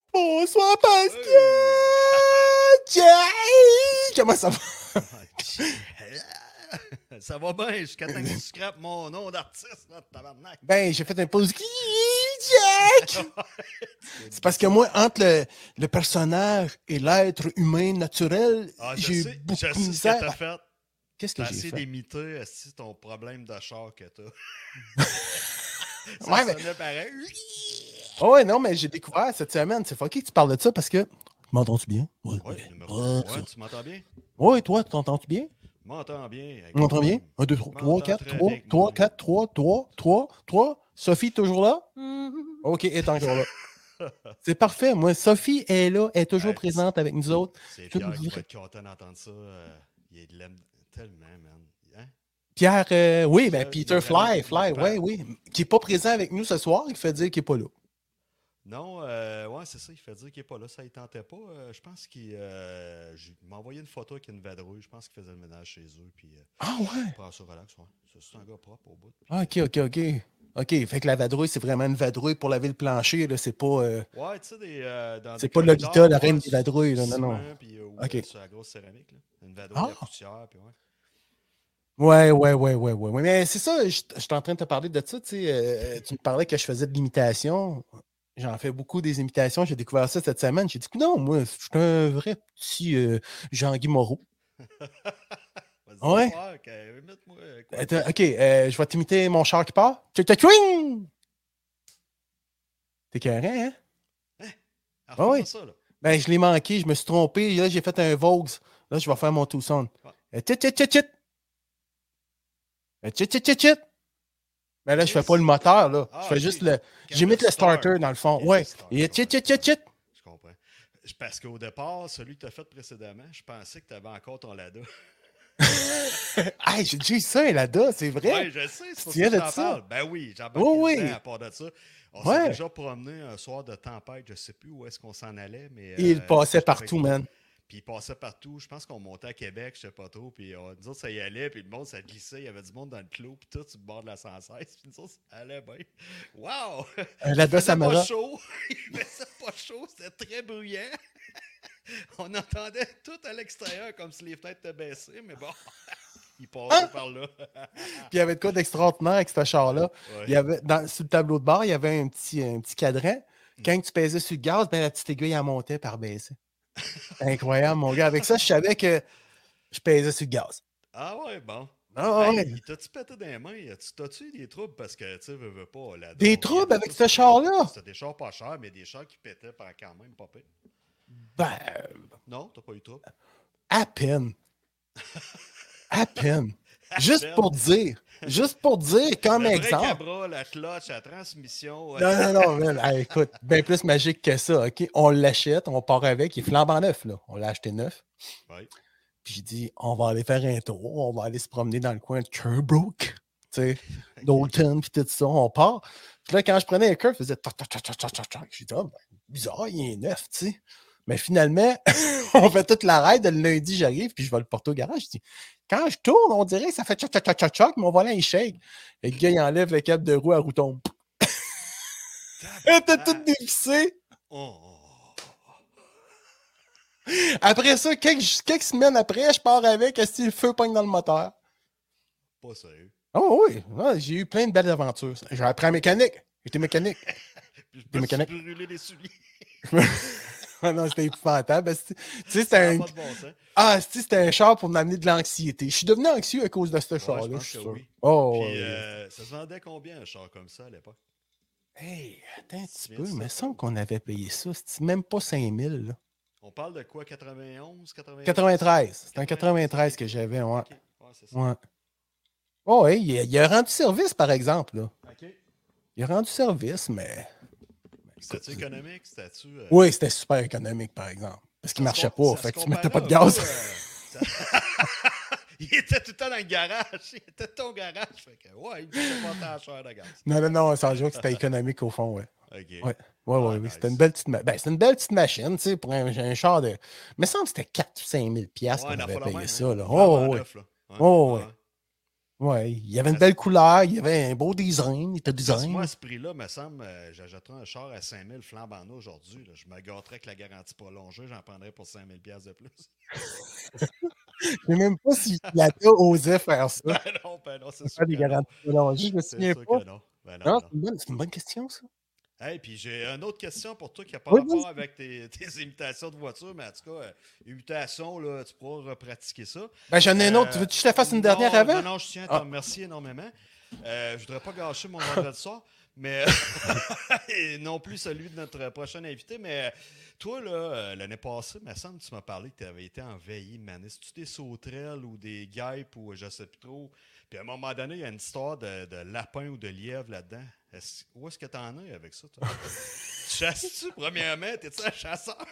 Bonsoir, Pascal! Comment ça va? Ça va bien jusqu'à temps que tu scrapes mon nom d'artiste, là, tabarnak. Ben, j'ai fait un pause. Jack! C'est parce que moi, entre le personnage et l'être humain naturel, Ah, j'ai beaucoup je de sais ce que misère. t'as fait. Qu'est-ce que T'as j'ai essayé fait? d'imiter ton problème de char que t'as. Ça Ouais, mais... sonnait pareil. Oh, ouais, non, mais j'ai découvert cette semaine. C'est fucké que tu parles de ça parce que. M'entends-tu bien? Ouais, Ouais, ouais. numéro Ouais, 1. Ouais, tu m'entends bien? ouais, toi, t'entends-tu bien? M'entends bien avec On m'entend bien? moi-même. 1, 2, Je 3, m'entends 4, très bien 3, avec 3, moi-même. 4, 3, 3, 3, 3. Sophie, toujours là? OK, elle est encore là. C'est parfait. Moi, Sophie est là, elle est toujours présente avec nous autres. C'est C'est une Pierre qui va vraie- être content d'entendre ça. Il l'aime tellement, man. Hein? Pierre, oui, ben Pierre, il est Peter vraiment Fly, trippant. ouais, oui, qui n'est pas présent avec nous ce soir, il fait dire qu'il n'est pas là. Non, ouais, c'est ça, il fait dire qu'il n'est pas là, ça il tentait pas. Je pense qu'il m'a envoyé une photo avec une vadrouille, je pense qu'il faisait le ménage chez eux, puis Ah ouais? prend ça relax, ouais. C'est un gars propre au bout. Puis, Ah, OK, OK, OK. OK, fait que la vadrouille, c'est vraiment une vadrouille pour laver le plancher, là, ouais, tu sais, dans c'est des pas Lolita, corridors, la ouais, reine des vadrouilles, du là, non, non. ciment, puis OK. sur la grosse céramique, là. Une vadrouille à Ah! poussière, puis ouais. Ouais, ouais, ouais, ouais, ouais, ouais. Mais c'est ça, je suis en train de te parler de ça, tu sais. Tu me parlais que je faisais de l'imitation. J'en fais beaucoup des imitations. J'ai découvert ça cette semaine. J'ai dit que non, moi, je suis un vrai petit Jean-Guy Moreau. Vas-y, Ouais. voir, imite-moi quoi? OK, je vais t'imiter mon char qui part. Tchou-tchou-tchouing! T'es carré, hein? Hein? Alors, Ah fais-moi oui. ça, là. Ben, je l'ai manqué, je me suis trompé. Là, j'ai fait un Vaux. Là, je vais faire mon tout son. Ouais. Tchit-tchit-tchit-tchit. Tchit-tchit-tchit-tchit. Mais là, je fais pas le Chris. moteur, là. Je Ah, fais ok. juste le. Quand J'imite le le start. starter, dans le fond. Ok, le Ouais. start, Et je comprends. tchit-tchit-tchit-tchit. Je comprends. Parce qu'au départ, celui que tu as fait précédemment, je pensais que tu avais encore ton Lada. Hey, j'ai déjà eu ça, un Lada, c'est vrai? Oui, je sais, c'est Tu pour te ça que souviens de j'en ça? parle. Ben oui, j'ai Oui, embarqué dedans oui. à part de ça. On s'est Ouais. déjà promené un soir de tempête, je sais plus où est-ce qu'on s'en allait, mais Et il c'était passait j'étais avec partout, toi. man. Puis il passait partout. Je pense qu'on montait à Québec, je sais pas trop. Puis nous autres, ça y allait. Puis le monde, ça glissait. Il y avait du monde dans le clos. Puis tout sur le bord de la 116. Puis nous autres, ça allait bien. Wow! Un Il Lada faisait pas Samara. chaud. Il faisait pas chaud. C'était très bruyant. On entendait tout à l'extérieur comme si les fenêtres étaient baissées. Mais bon, il passait par là. Puis il y avait de quoi d'extraordinaire avec ce char-là. Il y Ouais. avait, sur le tableau de bord, il y avait un petit cadran. Quand tu pesais sur le gaz, ben, la petite aiguille, elle montait par baisser. Incroyable, mon gars. Avec ça, je savais que je pesais sur le gaz. Ah ouais, bon. Ah Hey, ouais. il t'a-tu pété dans les mains? T'as-tu eu des troubles? Parce que, tu sais, veux pas, là-dedans, Des on troubles regardait avec ça, ce char-là? c'était des chars pas chers, mais des chars qui pétaient par quand même, pas pire. Ben, Non, t'as pas eu de trouble? à peine. À peine. À Juste peine. pour dire. Juste pour dire, comme Le break à exemple. bras, la clutch, la transmission. Non, non, non, man. Hey, écoute, bien plus magique que ça, OK? On l'achète, on part avec, il est flambant neuf, là. On l'a acheté neuf. Ouais. Puis j'ai dit, on va aller faire un tour, on va aller se promener dans le coin de Sherbrooke, tu sais, Dalton, puis tout ça, on part. Puis là, quand je prenais un curve, je faisais tac, tac, tac, tac, tac, tac, tac. J'ai dit, oh, ben, bizarre, il est neuf, tu sais. Mais finalement, on fait toute la ride. Le lundi, j'arrive, puis je vais le porter au garage. Je dis, quand je tourne, on dirait que ça fait tchac, tchac, tchac, tchac, tchac, mon volant, il shake. Et le gars, il enlève le câble de roue à roue tombe. Elle était toute dévissée. Oh. Après ça, quelques semaines après, je pars avec, est-ce que le feu pogne dans le moteur? Pas sérieux. Oh oui, ouais, j'ai eu plein de belles aventures. J'ai appris à mécanique. J'étais mécanique. Puis je T'es me suis mécanique? brûlé les souliers. Ah non, c'était épouvantable. Tu sais, Ça n'a c'était un... pas de bon sens. Ah, c'était un char pour m'amener de l'anxiété. Je suis devenu anxieux à cause de ce Ouais, char-là, je je pense suis que sûr. oui. Oh, Puis ouais. ça se vendait combien un char comme ça à l'époque? Hey, attends un petit Tu viens peu, de il me ça? semble qu'on avait payé ça. C'était même pas 5000, là. On parle de quoi? 91, 92? 93. C'était en 93, 93 ok. que j'avais, ouais. Ok, ouais, c'est ça. Ouais. Oh, ouais, il a rendu service, par exemple, là. Ok. Il a rendu service, mais... Écoute, C'était-tu économique? C'était-tu. oui, c'était super économique, par exemple. Parce qu'il Ça ne se, marchait com- pas, ça fait se que tu mettais comparait pas de un peu. gaz. Ça- Il était tout le temps dans le garage. Il était dans ton garage. Fait que, ouais, il me faisait pas tant cher de gaz. Non, non, non, sans joke, c'était économique au fond, ouais. Ok. Ouais, ouais, Ah, ouais, oui. C'était une nice. belle petite, ben, c'était une belle petite machine, tu sais, pour un char de. Il me semble que c'était 4 ou 5 000 Ouais, qu'on une avait affaire la payé même, ça, hein? là. Flambant Oh, ouais. neuf, là. Ouais, Oh, ouais, ouais. ouais. Ouais, il y avait une belle couleur, il y avait un beau design, il était design. Moi, à ce prix-là, me semble, j'achèterais un char à 5000 flambant neuf aujourd'hui. Là. Je me gâterais avec la garantie prolongée, j'en prendrais pour 5000$ de plus. Je sais même pas si Lada osait faire ça. Ben non, c'est sûr Faire des que non. garanties prolongées, je me C'est souviens sûr pas. que non. Ben Non, non, non. c'est une bonne question, ça. Hey, puis j'ai une autre question pour toi qui n'a pas Oui, rapport avec tes imitations de voiture, mais en tout cas, imitation, là, tu pourras repratiquer ça. Ben, j'en ai une autre. Tu veux que je te fasse une dernière avant? Non, je tiens à te remercier énormément. Je voudrais pas gâcher mon vendredi soir, mais et non plus celui de notre prochain invité. Mais toi, là, l'année passée, il me semble que tu m'as parlé que tu avais été en veillée, man. Est-ce que tu des sauterelles ou des guêpes ou je sais plus trop? Puis à un moment donné, il y a une histoire de lapin ou de lièvre là-dedans. Où est-ce que tu en es avec ça, toi? Tu chasses-tu, premièrement? T'es-tu un chasseur?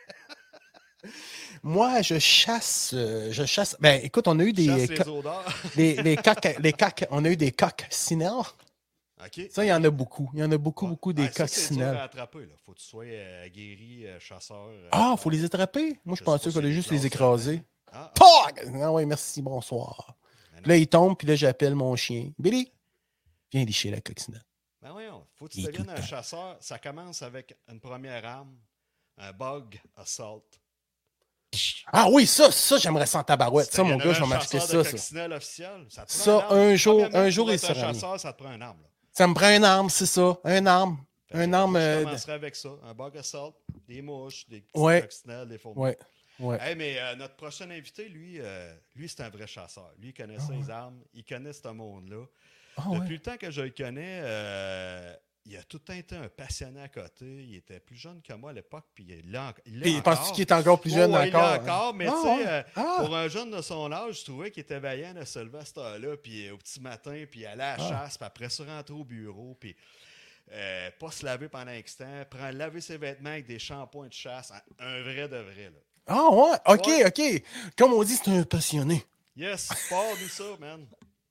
Moi, je chasse. Ben, écoute, on a eu des. Les odeurs. les coques. On a eu des coccinelles. Okay. Ça, il y en a beaucoup. Il y en a beaucoup des coccinelles. C'est dur à attraper. Il faut que tu sois aguerri, chasseur. Il faut les attraper? Moi, je pensais qu'il fallait juste les écraser. Ah oui, merci, bonsoir. Là, il tombe, puis là, j'appelle mon chien. Billy, viens licher la coccinelle. Ben voyons, faut que tu deviennes un chasseur. Ça commence avec une première arme, un bug assault. Ah oui, ça j'aimerais ça en tabarouette. Ça, mon gars, je vais m'acheter ça. Ça, un jour, il sera un chasseur, ça te prend une arme. Là. Ça me prend une arme, c'est ça. Une arme. Je commencerai avec ça. Un bug assault, des mouches, des petits coccinelles, des fourmis. Ouais. Hey, mais notre prochain invité, lui c'est un vrai chasseur. Lui, il connaît ses armes, il connaît ce monde-là. Depuis le temps que je le connais, il a tout le temps été un passionné à côté. Il était plus jeune que moi à l'époque, puis il pense qu'il est encore plus jeune encore? Il l'est encore, mais tu sais, pour un jeune de son âge, je trouvais qu'il était vaillant de se lever à cette heure-là, puis au petit matin, puis aller à la chasse, puis après ça, rentrer au bureau, puis pas se laver pendant un instant, laver ses vêtements avec des shampoings de chasse, un vrai de vrai, là. Ah ouais? OK. Comme on dit, c'est un passionné. Yes, parle-nous ça, man.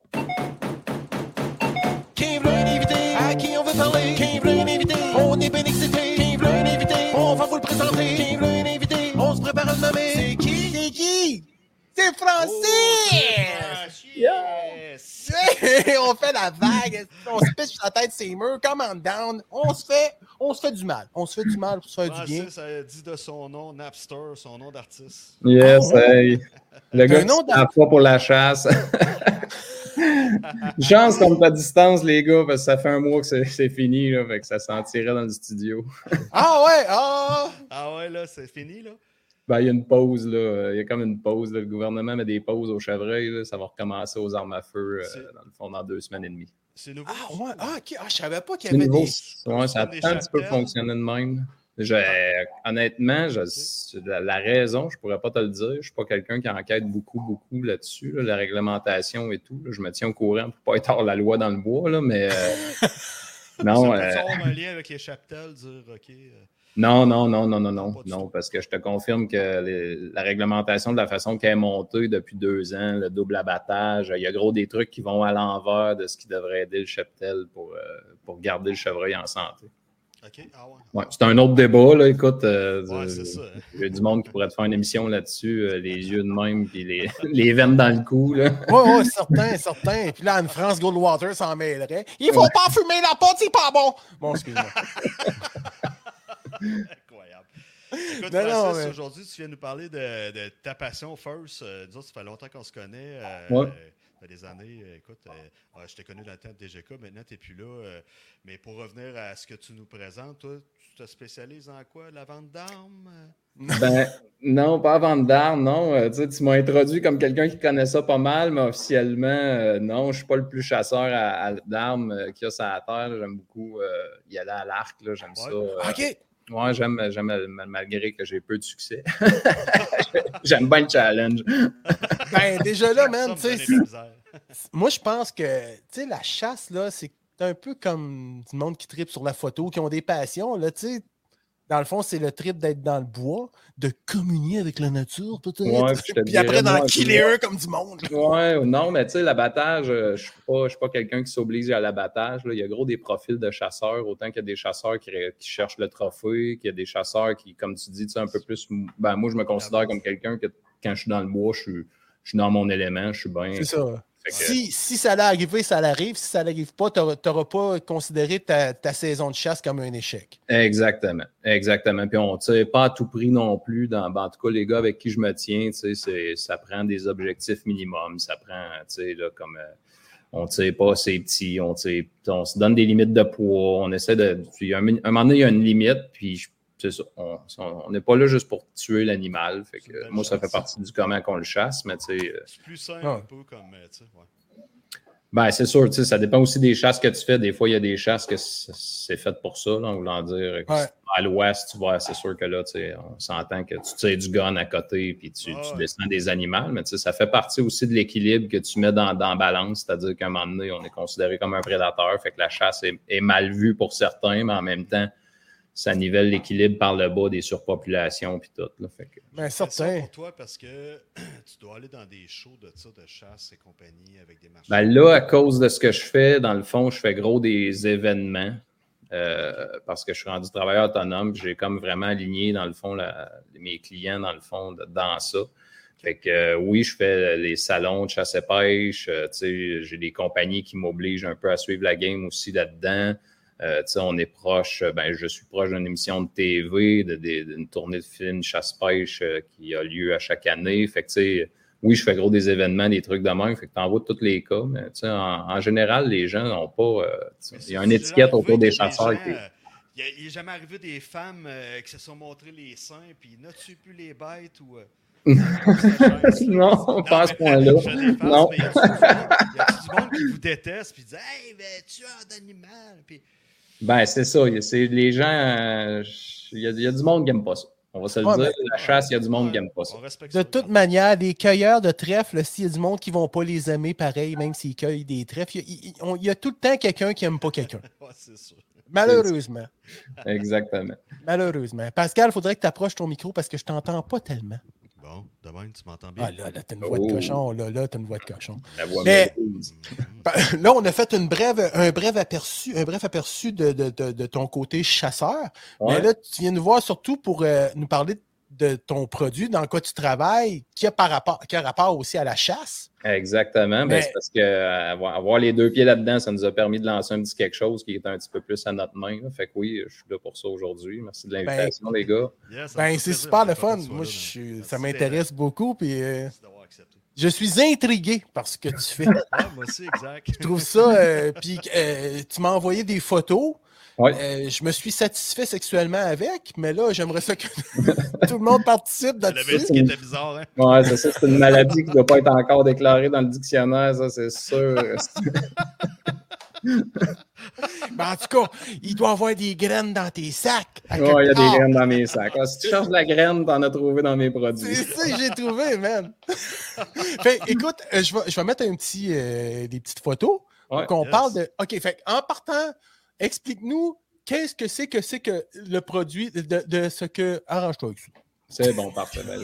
Qui veut un invité? À qui on veut parler? Qui veut un invité? On est bien excité. Qui veut un invité? On va vous le présenter. Qui veut un invité? On se prépare à le nommer. C'est qui? C'est Francis! Yes! On fait la vague. On se pisse sur la tête ses murs. Command down. On se fait du mal. On se fait du mal pour se faire du bien. Francis a dit de son nom, Napster, son nom d'artiste. Yes, hey. Le gars qui ne pas pour la chasse. Chance qu'on est à distance, les gars, parce que ça fait un mois que c'est fini, là, fait que ça s'en tirait dans le studio. Ah ouais, là, c'est fini, là? Ben, il y a une pause, là. Il y a comme une pause, là. Le gouvernement met des pauses au chevreuil, là. Ça va recommencer aux armes à feu, dans le fond, dans 2 semaines et demie. C'est nouveau? OK. Je savais pas qu'il y avait des... Ouais, ça a un petit peu fonctionné de même. Honnêtement, la raison, je pourrais pas te le dire. Je suis pas quelqu'un qui enquête beaucoup là-dessus, là, la réglementation et tout. Là. Je me tiens au courant pour pas être hors la loi dans le bois, là, mais non. Ça peut avoir un lien avec les cheptels, dire OK. Non, parce que je te confirme que la réglementation de la façon qu'elle est montée depuis 2 ans, le double abattage, il y a gros des trucs qui vont à l'envers de ce qui devrait aider le cheptel pour garder le chevreuil en santé. OK, ouais, c'est un autre débat, là, écoute. C'est ça. Il y a du monde qui pourrait te faire une émission là-dessus, les yeux de même, puis les veines dans le cou, là. Oui, certain. Puis là, Anne-France Goldwater s'en mêlerait. Il faut pas fumer la pote, c'est pas bon. Bon, excuse-moi. Incroyable. Écoute, Francis, aujourd'hui, tu viens nous parler de ta passion first. Nous autres, ça fait longtemps qu'on se connaît. Ça fait des années. Écoute, je t'ai connu dans le temps de DGK, maintenant, tu n'es plus là. Mais pour revenir à ce que tu nous présentes, toi, tu te spécialises en quoi? La vente d'armes? Ben, non, pas vente d'armes, non. Tu m'as introduit comme quelqu'un qui connaît ça pas mal, mais officiellement, non, je ne suis pas le plus chasseur d'armes qu'il y a sur la terre. J'aime beaucoup y aller à l'arc, là, j'aime ça. OK. Ouais, j'aime malgré que j'ai peu de succès. J'aime bien le challenge. Ben, déjà là, man, tu sais, moi, je pense que, tu sais, la chasse, là, c'est un peu comme du monde qui tripe sur la photo, qui ont des passions, là, tu sais. Dans le fond, c'est le trip d'être dans le bois, de communier avec la nature, peut-être. Ouais, puis après, d'en killer un comme du monde. Ouais, non, mais tu sais, l'abattage, je suis pas quelqu'un qui s'oblige à l'abattage. Il y a gros des profils de chasseurs, autant qu'il y a des chasseurs qui cherchent le trophée, qu'il y a des chasseurs qui, comme tu dis, un peu plus... Ben, moi, je me considère comme quelqu'un que, quand je suis dans le bois, je suis dans mon élément, je suis bien... C'est ça. Si ça allait arriver, ça l'arrive. Si ça n'arrive pas, tu n'auras pas considéré ta saison de chasse comme un échec. Exactement. Puis on ne tire pas à tout prix non plus. En tout cas, les gars avec qui je me tiens, ça prend des objectifs minimums. Ça prend, là, comme on ne tire pas assez petit, on se donne des limites de poids. On essaie de. Puis un moment donné, il y a une limite, puis c'est ça. On n'est pas là juste pour tuer l'animal. Fait que, moi, ça fait partie du comment qu'on le chasse, mais tu sais. C'est plus simple un peu comme. Ben, c'est sûr, ça dépend aussi des chasses que tu fais. Des fois, il y a des chasses que c'est fait pour ça, là, en voulant dire que à l'ouest, tu vois, c'est sûr que là, on s'entend que tu tires du gun à côté puis tu descends des animaux, mais ça fait partie aussi de l'équilibre que tu mets dans balance, c'est-à-dire qu'à un moment donné, on est considéré comme un prédateur, fait que la chasse est mal vue pour certains, mais en même temps, ça nivelle l'équilibre par le bas des surpopulations puis tout. Là, fait que... Ben, certain. Pour toi, parce que tu dois aller dans des shows de chasse et compagnie avec des marchés. Ben là, à cause de ce que je fais, dans le fond, je fais gros des événements parce que je suis rendu travailleur autonome. J'ai comme vraiment aligné, dans le fond, mes clients, dans le fond, dans ça. Fait que oui, je fais les salons de chasse et pêche. J'ai des compagnies qui m'obligent un peu à suivre la game aussi là-dedans. On est proche, je suis proche d'une émission de TV, d'une tournée de film chasse-pêche qui a lieu à chaque année. Fait que, oui, je fais gros des événements, des trucs de même, fait que t'en vois de tous les cas, mais en général, les gens n'ont pas... il y a une étiquette autour des chasseurs. Il n'est jamais arrivé des femmes qui se sont montrées les seins, puis n'as-tu plus les bêtes ou... Non, pas à ce point-là. Non. Mais y a du monde qui vous déteste, puis dit « Hey, tueur d'animal! » Ben, c'est ça. C'est les gens... Il y a du monde qui n'aime pas ça. On va se le dire. La chasse, il y a du monde qui n'aime pas ça. De toute manière, les cueilleurs de trèfles, s'il y a du monde qui ne vont pas les aimer pareil, même s'ils cueillent des trèfles, il y a tout le temps quelqu'un qui n'aime pas quelqu'un. Ouais, c'est sûr. Malheureusement. Exactement. Malheureusement. Pascal, il faudrait que tu approches ton micro parce que je ne t'entends pas tellement. Bon, de même, tu m'entends bien? Ah là, t'as une voix de cochon. Là, t'as une voix de cochon. La voix mais là, on a fait un bref aperçu de ton côté chasseur. Ouais. Mais là, tu viens nous voir surtout pour nous parler de ton produit, dans quoi tu travailles, qui a rapport aussi à la chasse. Exactement. Mais... c'est parce que avoir les deux pieds là-dedans, ça nous a permis de lancer un petit quelque chose qui est un petit peu plus à notre main. Là. Fait que oui, je suis là pour ça aujourd'hui. Merci de l'invitation, les gars. C'est super le fun. Moi, ça m'intéresse beaucoup. Puis, je suis intrigué par ce que tu fais. Moi aussi, exact. Je trouve ça. Puis, tu m'as envoyé des photos. Ouais. Je me suis satisfait sexuellement avec, mais là, j'aimerais ça que tout le monde participe là-dessus. Ce qui était bizarre, hein? Ouais, c'est ça, c'est une maladie qui ne doit pas être encore déclarée dans le dictionnaire, ça, c'est sûr. En tout cas, il doit y avoir des graines dans tes sacs. Oui, il y a des graines dans mes sacs. Si tu cherches de la graine, t'en as trouvé dans mes produits. C'est ça que j'ai trouvé, man. Fait, écoute, je vais mettre des petites photos qu'on parle de... OK, fait en partant... Explique-nous, qu'est-ce que c'est que le produit de ce que... Arrange-toi avec ça. C'est bon, parfait. Ben,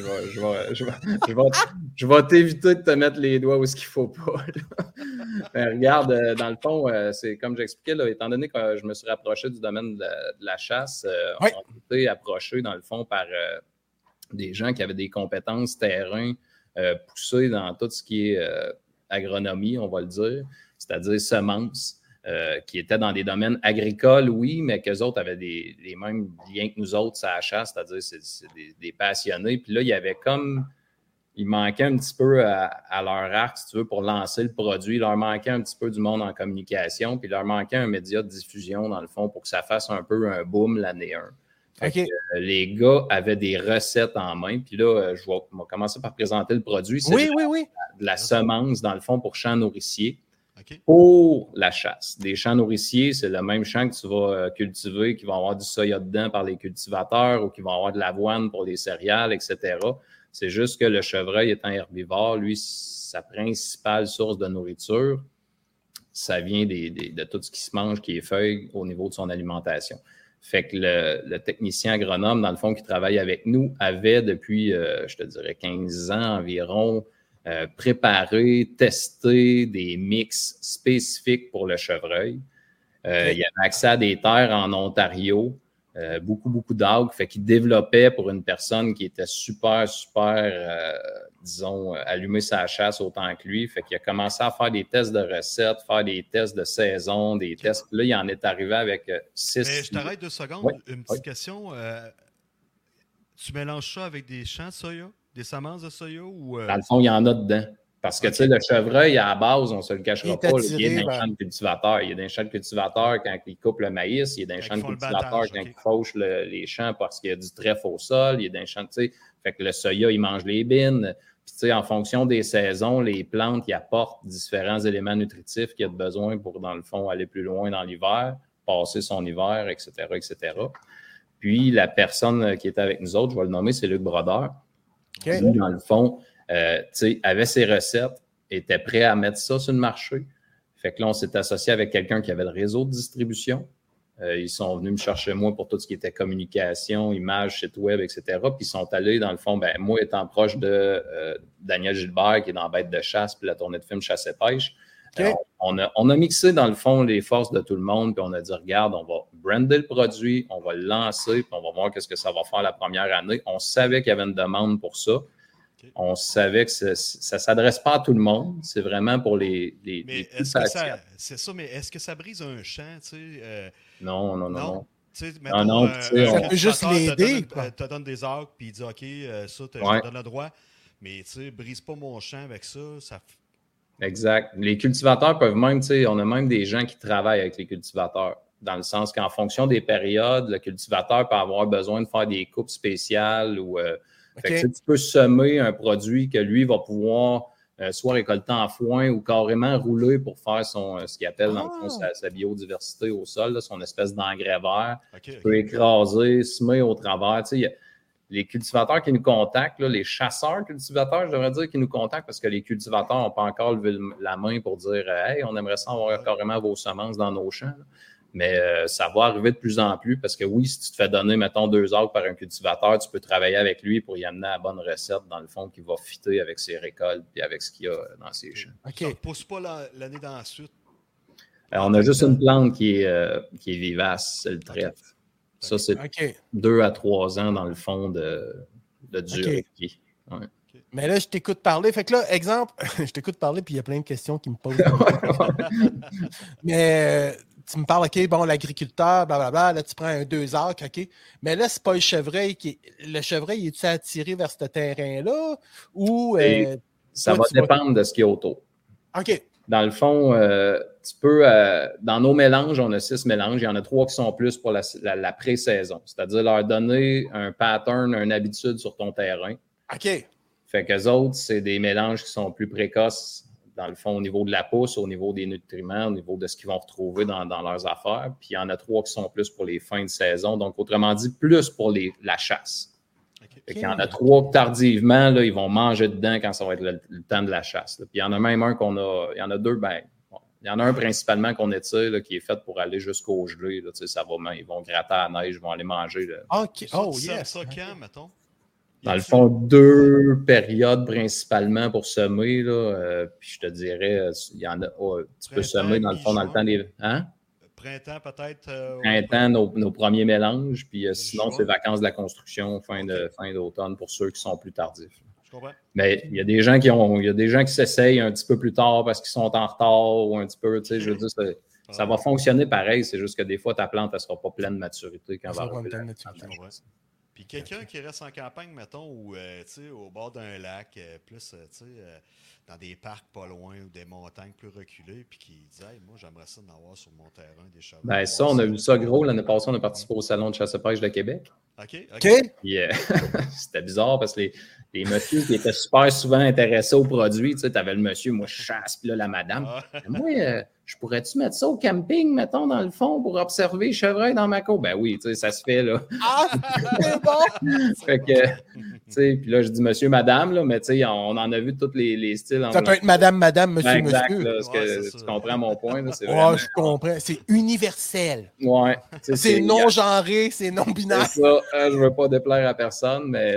je vais t'éviter de te mettre les doigts où il ne faut pas. Ben, regarde, dans le fond, c'est comme j'expliquais, là, étant donné que je me suis rapproché du domaine de la chasse, on a été approché, dans le fond, par des gens qui avaient des compétences terrain poussées dans tout ce qui est agronomie, on va le dire, c'est-à-dire semences. Qui étaient dans des domaines agricoles, oui, mais qu'eux autres avaient les mêmes liens que nous autres, ça la chasse, c'est-à-dire c'est des passionnés. Puis là, il manquait un petit peu à leur arc, si tu veux, pour lancer le produit. Il leur manquait un petit peu du monde en communication, puis il leur manquait un média de diffusion, dans le fond, pour que ça fasse un peu un boom l'année 1. Fait que, les gars avaient des recettes en main. Puis là, je vais commencer par présenter le produit. C'est de la semence, dans le fond, pour champs nourriciers. Pour la chasse. Des champs nourriciers, c'est le même champ que tu vas cultiver, qui va avoir du soya dedans par les cultivateurs ou qui va avoir de l'avoine pour les céréales, etc. C'est juste que le chevreuil étant herbivore, lui, sa principale source de nourriture, ça vient de tout ce qui se mange, qui est feuilles, au niveau de son alimentation. Fait que le technicien agronome, dans le fond, qui travaille avec nous, avait depuis, je te dirais, 15 ans environ, préparer, tester des mix spécifiques pour le chevreuil. Il y avait accès à des terres en Ontario, beaucoup d'algues, fait qu'il développait pour une personne qui était super disons, allumer sa chasse autant que lui. Fait qu'il a commencé à faire des tests de recettes, faire des tests de saison, des tests. Là, il en est arrivé avec 6. Mais je t'arrête 2 secondes. Oui, Une petite question. Tu mélanges ça avec des champs de soya? Des semences de soya? Ou, Dans le fond, il y en a dedans. Parce que, tu sais, le chevreuil, à la base, on ne se le cachera pas, il est dans les champs de cultivateurs. Il y a des champs de cultivateurs quand ils coupent le maïs. Il y a des champs de cultivateurs quand ils fauchent les champs parce qu'il y a du trèfle au sol. Il y a des champs, tu sais, fait que le soya, il mange les bines. Puis, tu sais, en fonction des saisons, les plantes, ils apportent différents éléments nutritifs qu'il y a de besoin pour, dans le fond, aller plus loin dans l'hiver, passer son hiver, etc., etc. Puis, la personne qui était avec nous autres, je vais le nommer, c'est Luc Brodeur. Okay. Lui, dans le fond, avait ses recettes, était prêt à mettre ça sur le marché. Fait que là, on s'est associé avec quelqu'un qui avait le réseau de distribution. Ils sont venus me chercher moi pour tout ce qui était communication, images, site web, etc. Puis ils sont allés, dans le fond, moi étant proche de Daniel Gilbert, qui est dans Bête de chasse, puis la tournée de film Chasse et pêche. Okay. On a mixé, dans le fond, les forces de tout le monde, puis on a dit, regarde, on va brander le produit, on va le lancer, puis on va voir qu'est-ce que ça va faire la première année. On savait qu'il y avait une demande pour ça. On savait que ça ne s'adresse pas à tout le monde. C'est vraiment pour les est-ce que c'est ça, mais est-ce que ça brise un champ? Non. Ça peut juste l'aider. Tu te donnes des arcs, puis il dit OK, ça, je te donne le droit. Mais brise pas mon champ avec ça. Exact. Les cultivateurs peuvent même, on a même des gens qui travaillent avec les cultivateurs. Dans le sens qu'en fonction des périodes, le cultivateur peut avoir besoin de faire des coupes spéciales ou. Fait que, tu peux semer un produit que lui va pouvoir soit récolter en foin ou carrément rouler pour faire ce qu'il appelle dans le fond sa biodiversité au sol, là, son espèce d'engrais vert. Tu peux écraser, semer au travers. Les cultivateurs qui nous contactent, là, les chasseurs cultivateurs, je devrais dire, qui nous contactent parce que les cultivateurs n'ont pas encore levé la main pour dire « Hey, on aimerait ça avoir carrément vos semences dans nos champs. » Mais ça va arriver de plus en plus parce que oui, si tu te fais donner, mettons, 2 acres par un cultivateur, tu peux travailler avec lui pour y amener la bonne recette, dans le fond, qui va fitter avec ses récoltes et avec ce qu'il y a dans ses champs. Ça ne pousse pas l'année d'ensuite? On a juste une plante qui est vivace, c'est le trèfle. Ça, c'est 2 à 3 ans, dans le fond, de durée. Ouais. Mais là, je t'écoute parler. Fait que là, exemple, je t'écoute parler, puis il y a plein de questions qui me posent. Mais tu me parles, OK, bon, l'agriculteur, blablabla, là, tu prends un 2 acres, OK. Mais là, c'est pas le chevreuil qui. Le chevreuil, est-tu attiré vers ce terrain-là? Ou. Ça va dépendre de ce qu'il y a autour. OK. Dans le fond, tu peux. Dans nos mélanges, on a 6 mélanges. Il y en a 3 qui sont plus pour la pré-saison. C'est-à-dire leur donner un pattern, une habitude sur ton terrain. OK. Fait qu'eux autres, c'est des mélanges qui sont plus précoces, dans le fond, au niveau de la pousse, au niveau des nutriments, au niveau de ce qu'ils vont retrouver dans leurs affaires. Puis il y en a 3 qui sont plus pour les fins de saison. Donc, autrement dit, plus pour la chasse. Fait qu'il y en a 3 tardivement, là, ils vont manger dedans quand ça va être le temps de la chasse. Là. Puis il y en a même un il y en a 2, il y en a un principalement qu'on étire, là, qui est fait pour aller jusqu'au gelé. Là, ils vont gratter à la neige, ils vont aller manger. Là. OK. Oh, yes. Ça quand, mettons? Dans le fond, 2 périodes principalement pour semer. Là, puis je te dirais, il y en a. Tu peux semer dans le fond dans le temps des. Hein? Printemps peut-être? Printemps, nos premiers mélanges. Puis sinon, c'est vacances de la construction, fin d'automne pour ceux qui sont plus tardifs. Je comprends. Mais il y a des gens qui s'essayent un petit peu plus tard parce qu'ils sont en retard ou un petit peu. Je veux dire, ça va fonctionner pareil. C'est juste que des fois, ta plante, elle ne sera pas pleine de maturité quand elle va arriver. Puis quelqu'un qui reste en campagne, mettons, ou au bord d'un lac, plus dans des parcs pas loin ou des montagnes plus reculées, puis qui dit hey, moi, j'aimerais ça en avoir sur mon terrain des chevreuils. Ben ça, on a vu ça gros. L'année passée, on a participé au Salon de chasse-pêche de Québec. OK. Puis, c'était bizarre parce que les messieurs qui étaient super souvent intéressés aux produits, tu sais, t'avais le monsieur, moi, je chasse, puis là, la madame. Moi, je pourrais-tu mettre ça au camping, mettons, dans le fond, pour observer les chevreuils dans ma cour? Ben oui, tu sais, ça se fait, là. Ah, c'est bon! Fait que, tu sais, puis là, je dis monsieur, madame, là, mais tu sais, on en a vu tous les styles. Ça peut être madame, monsieur, exact, monsieur. Là, tu comprends mon point, là, c'est vraiment... je comprends. C'est universel. Ouais. C'est non-genré, c'est non-binaire. C'est ça. Je veux pas déplaire à personne, mais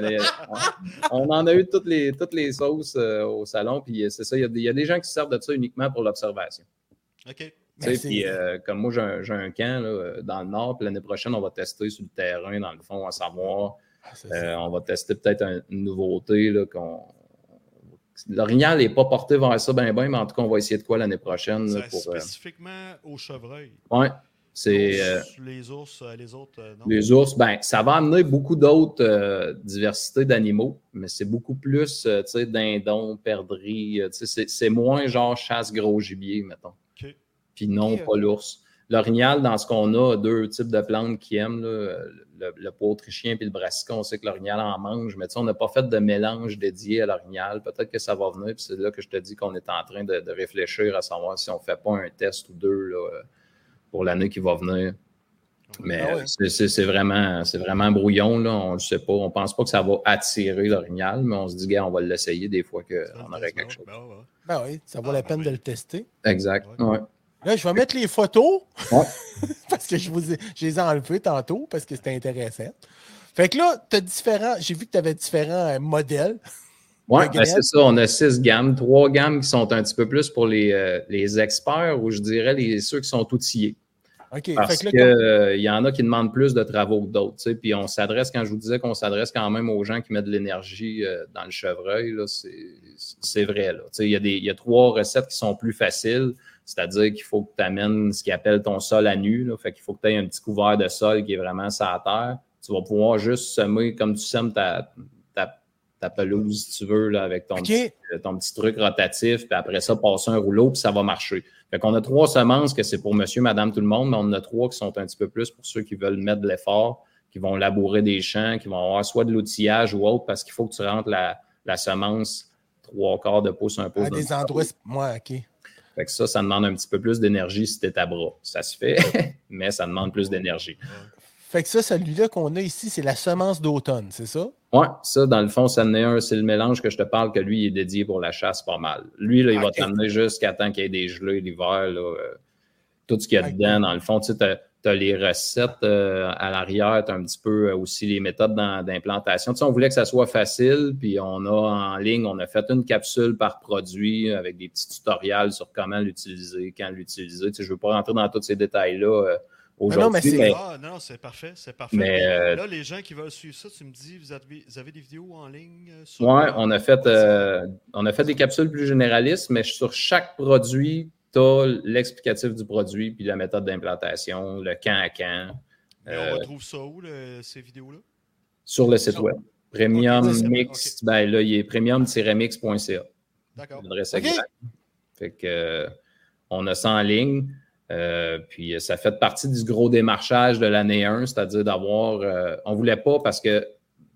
on en a eu toutes les sauces au salon, puis c'est ça, il y a des gens qui se servent de ça uniquement pour l'observation. OK. Puis, comme moi, j'ai un camp là, dans le nord, puis l'année prochaine, on va tester sur le terrain, dans le fond, à savoir, on va tester peut-être une nouveauté là, L'orignal n'est pas porté vers ça bien, mais en tout cas, on va essayer de quoi l'année prochaine. Là, pour, spécifiquement au chevreuil. Oui. C'est, les ours, les autres, non? Les ours, ben, ça va amener beaucoup d'autres diversités d'animaux, mais c'est beaucoup plus, tu sais, dindons, perdrix, tu sais, c'est moins genre chasse gros gibier, mettons. Okay. Puis non, pas l'ours. L'orignal, dans ce qu'on a, 2 types de plantes qui aiment, là, le pot autrichien puis le brassica, on sait que l'orignal en mange, mais tu sais, on n'a pas fait de mélange dédié à l'orignal. Peut-être que ça va venir, puis c'est là que je te dis qu'on est en train de réfléchir à savoir si on ne fait pas un test ou 2 là, pour l'année qui va venir. Mais c'est vraiment brouillon, là. On ne sait pas. On ne pense pas que ça va attirer l'orignal, mais on se dit, gars, on va l'essayer des fois qu'on aurait quelque chose. Ben oui, ça vaut la peine de le tester. Exact. Ouais. Là, je vais mettre les photos ouais. parce que je les ai enlevées tantôt parce que c'était intéressant. Fait que là, j'ai vu que tu avais différents modèles. Oui, ben c'est ça. On a 6 gammes, 3 gammes qui sont un petit peu plus pour les experts ou je dirais ceux qui sont outillés. Okay. Parce qu'il y en a qui demandent plus de travaux que d'autres. Tu sais, puis on s'adresse, quand je vous disais qu'on s'adresse quand même aux gens qui mettent de l'énergie dans le chevreuil, là, c'est vrai. Là. Tu sais, il y a 3 recettes qui sont plus faciles, c'est-à-dire qu'il faut que tu amènes ce qu'ils appellent ton sol à nu. Là, fait qu'il faut que tu aies un petit couvert de sol qui est vraiment sur la terre. Tu vas pouvoir juste semer comme tu sèmes ta pelouse, si tu veux, là, avec ton petit truc rotatif, puis après ça, passer un rouleau, puis ça va marcher. Fait qu'on a 3 semences que c'est pour monsieur, madame, tout le monde, mais on en a 3 qui sont un petit peu plus pour ceux qui veulent mettre de l'effort, qui vont labourer des champs, qui vont avoir soit de l'outillage ou autre, parce qu'il faut que tu rentres la semence 3/4 de pouce, 1 pouce. À des endroits, moi, OK. Fait que ça demande un petit peu plus d'énergie si t'es à bras. Ça se fait, mais ça demande plus d'énergie. Fait que ça, celui-là qu'on a ici, c'est la semence d'automne, c'est ça? Oui, ça, dans le fond, ça en est un. C'est le mélange que je te parle que lui, il est dédié pour la chasse pas mal. Lui, là, il va t'amener jusqu'à temps qu'il y ait des gelées l'hiver. Là, tout ce qu'il y a dedans, dans le fond, tu sais, tu as les recettes à l'arrière, tu as un petit peu aussi les méthodes d'implantation. Tu sais, on voulait que ça soit facile, puis on a en ligne, on a fait une capsule par produit avec des petits tutoriels sur comment l'utiliser, quand l'utiliser. Tu sais, je ne veux pas rentrer dans tous ces détails-là. Aujourd'hui, non, c'est parfait, c'est parfait. Mais là, les gens qui veulent suivre ça, tu me dis, vous avez des vidéos en ligne? Oui, on a fait des capsules plus généralistes, mais sur chaque produit, tu as l'explicatif du produit, puis la méthode d'implantation, le quand à quand. On retrouve ça où, ces vidéos-là? Sur le site web. Premium Mix, ben là, il est premium-mix.ca. D'accord. L'adresse exacte. Fait que on a ça en ligne. Puis ça fait partie du gros démarchage de l'année 1, c'est-à-dire d'avoir... on ne voulait pas parce que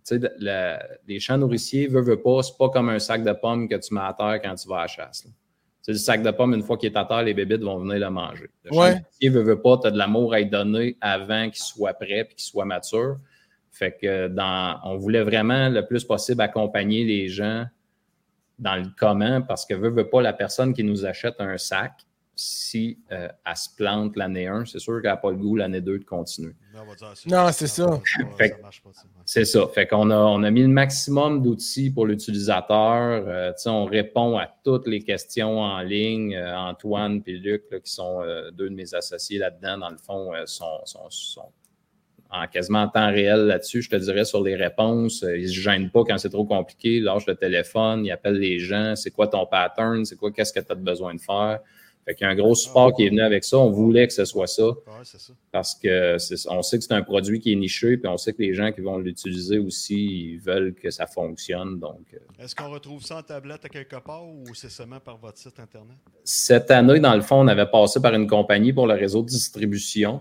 les champs nourriciers, veut pas, c'est pas comme un sac de pommes que tu mets à terre quand tu vas à la chasse. C'est le sac de pommes, une fois qu'il est à terre, les bébites vont venir le manger. Le champ nourricier, veut pas, tu as de l'amour à y donner avant qu'il soit prêt et qu'il soit mature. Fait que on voulait vraiment le plus possible accompagner les gens dans le comment parce que veut pas la personne qui nous achète un sac, si elle se plante l'année 1, c'est sûr qu'elle n'a pas le goût l'année 2 de continuer. Non, c'est ça. C'est ça. Fait qu'on a mis le maximum d'outils pour l'utilisateur. On répond à toutes les questions en ligne. Antoine et Luc, là, qui sont 2 de mes associés là-dedans, dans le fond, sont quasiment en temps réel là-dessus, je te dirais, sur les réponses. Ils ne se gênent pas quand c'est trop compliqué. Ils lâchent le téléphone, ils appellent les gens. C'est quoi ton pattern? Qu'est-ce que tu as besoin de faire? Fait qu'il y a un gros support qui est venu avec ça. On voulait que ce soit ça. C'est ça. Parce qu'on sait que c'est un produit qui est niché, puis on sait que les gens qui vont l'utiliser aussi, ils veulent que ça fonctionne. Donc, est-ce qu'on retrouve ça en tablette à quelque part ou c'est seulement par votre site Internet? Cette année, dans le fond, on avait passé par une compagnie pour le réseau de distribution.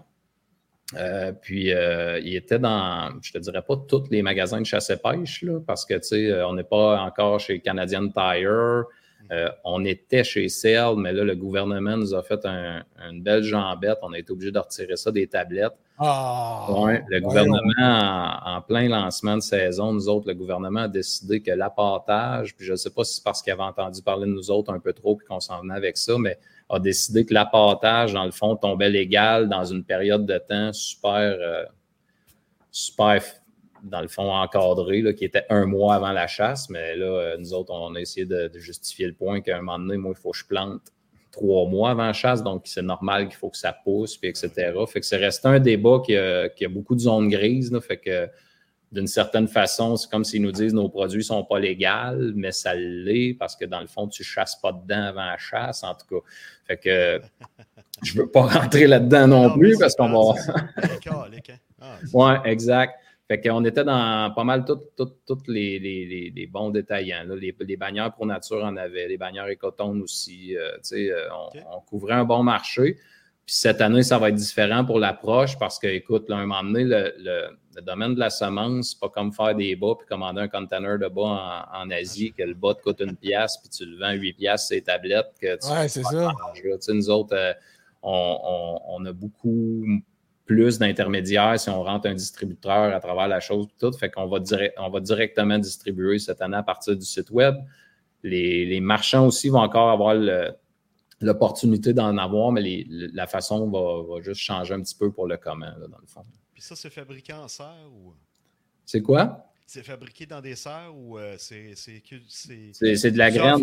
Puis, il était dans, je te dirais pas tous les magasins de chasse et pêche, là, parce que, tu sais, on n'est pas encore chez Canadian Tire. On était chez Cell, mais là, le gouvernement nous a fait une belle jambette. On a été obligé de retirer ça des tablettes. Le gouvernement, en plein lancement de saison, nous autres, le gouvernement a décidé que l'appâtage, puis je ne sais pas si c'est parce qu'il avait entendu parler de nous autres un peu trop puis qu'on s'en venait avec ça, mais a décidé que l'appâtage, dans le fond, tombait légal dans une période de temps super, dans le fond, encadré, là, qui était 1 mois avant la chasse. Mais là, nous autres, on a essayé de justifier le point qu'à un moment donné, moi, il faut que je plante 3 mois avant la chasse. Donc, c'est normal qu'il faut que ça pousse, puis etc. Fait que c'est resté un débat qui a beaucoup de zones grises. Là, fait que d'une certaine façon, c'est comme s'ils nous disent nos produits ne sont pas légaux, mais ça l'est parce que dans le fond, tu ne chasses pas dedans avant la chasse, en tout cas. Fait que je ne veux pas rentrer là-dedans non plus parce qu'on va. Oui, exact. Fait qu'on était dans pas mal tous les bons détaillants. Là. Les bannières Pro Nature en avaient, les bannières Ecotone aussi. On couvrait un bon marché. Puis cette année, ça va être différent pour l'approche parce que, écoute, là, à un moment donné, le domaine de la semence, c'est pas comme faire des bas puis commander un container de bas en Asie que le bas te coûte 1$ puis tu le vends 8$ sur les tablettes. Ouais, c'est ça. Nous autres, on a beaucoup plus d'intermédiaires si on rentre un distributeur à travers la chose. Tout. Fait qu'on va, on va directement distribuer cette année à partir du site web. Les marchands aussi vont encore avoir l'opportunité d'en avoir, mais la façon va juste changer un petit peu pour le comment, là, dans le fond. Puis ça, c'est fabriqué en serre ou... C'est quoi? C'est fabriqué dans des serres ou c'est de la graine.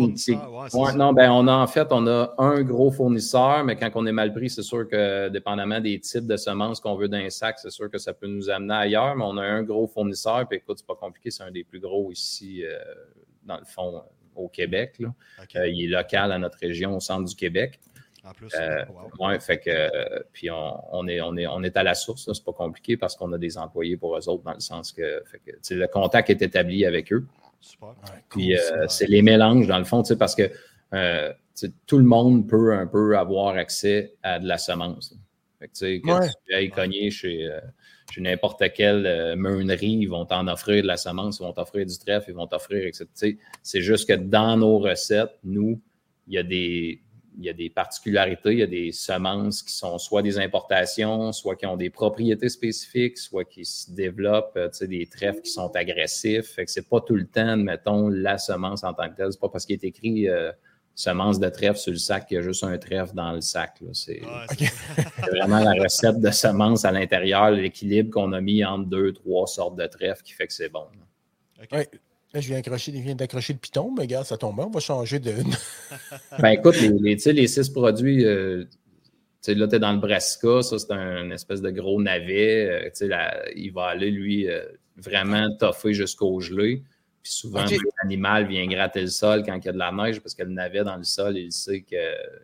On a un gros fournisseur, mais quand on est mal pris, c'est sûr que dépendamment des types de semences qu'on veut dans un sac, c'est sûr que ça peut nous amener ailleurs, mais on a un gros fournisseur, puis écoute, c'est pas compliqué, c'est un des plus gros ici, dans le fond, au Québec. Là. Okay. Il est local à notre région, au centre du Québec. En plus, ouais, fait que puis on est à la source, là, c'est pas compliqué parce qu'on a des employés pour eux autres dans le sens que, le contact est établi avec eux. Super. Ouais, puis c'est les mélanges dans le fond, parce que tout le monde peut un peu avoir accès à de la semence. Fait que, que tu ailles cogner chez n'importe quelle meunerie, ils vont t'en offrir de la semence, ils vont t'offrir du trèfle, ils vont t'offrir, etc. C'est juste que dans nos recettes, nous, il y a des particularités, il y a des semences qui sont soit des importations, soit qui ont des propriétés spécifiques, soit qui se développent, des trèfles qui sont agressifs. Fait que c'est pas tout le temps, mettons, la semence en tant que telle. C'est pas parce qu'il est écrit semence de trèfle sur le sac qu'il y a juste un trèfle dans le sac. Là. C'est vraiment la recette de semences à l'intérieur, l'équilibre qu'on a mis entre 2-3 sortes de trèfles qui fait que c'est bon. Okay. Ouais. Là, je viens d'accrocher le piton, mais regarde, ça tombe bien, on va changer de... Ben écoute, les 6 produits, là, tu es dans le Brassica, ça, c'est un espèce de gros navet. Il va aller, lui, vraiment toffer jusqu'au gelé. Puis souvent, l'animal vient gratter le sol quand il y a de la neige, parce que le navet dans le sol, il sait qu'il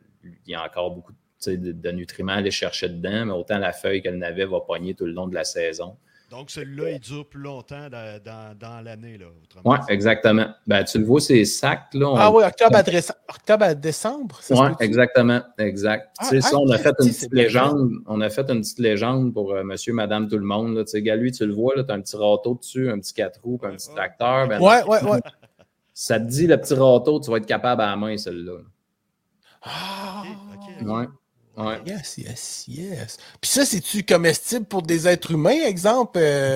y a encore beaucoup de nutriments à aller chercher dedans, mais autant la feuille que le navet va pogner tout le long de la saison. Donc, celui-là, il dure plus longtemps dans l'année. Oui, exactement. Ben, tu le vois, ces sacs. Là, oui, octobre à décembre. Oui, exactement. Exact. On a fait une petite légende. On a fait une petite légende pour monsieur, madame, tout le monde. Là. Lui, tu le vois, tu as un petit râteau dessus, un petit 4 roues, un petit tracteur. Oui. Ça te dit, le petit râteau, tu vas être capable à la main, celui-là. OK. Ouais. Ouais. Yes. Puis ça, c'est-tu comestible pour des êtres humains, exemple?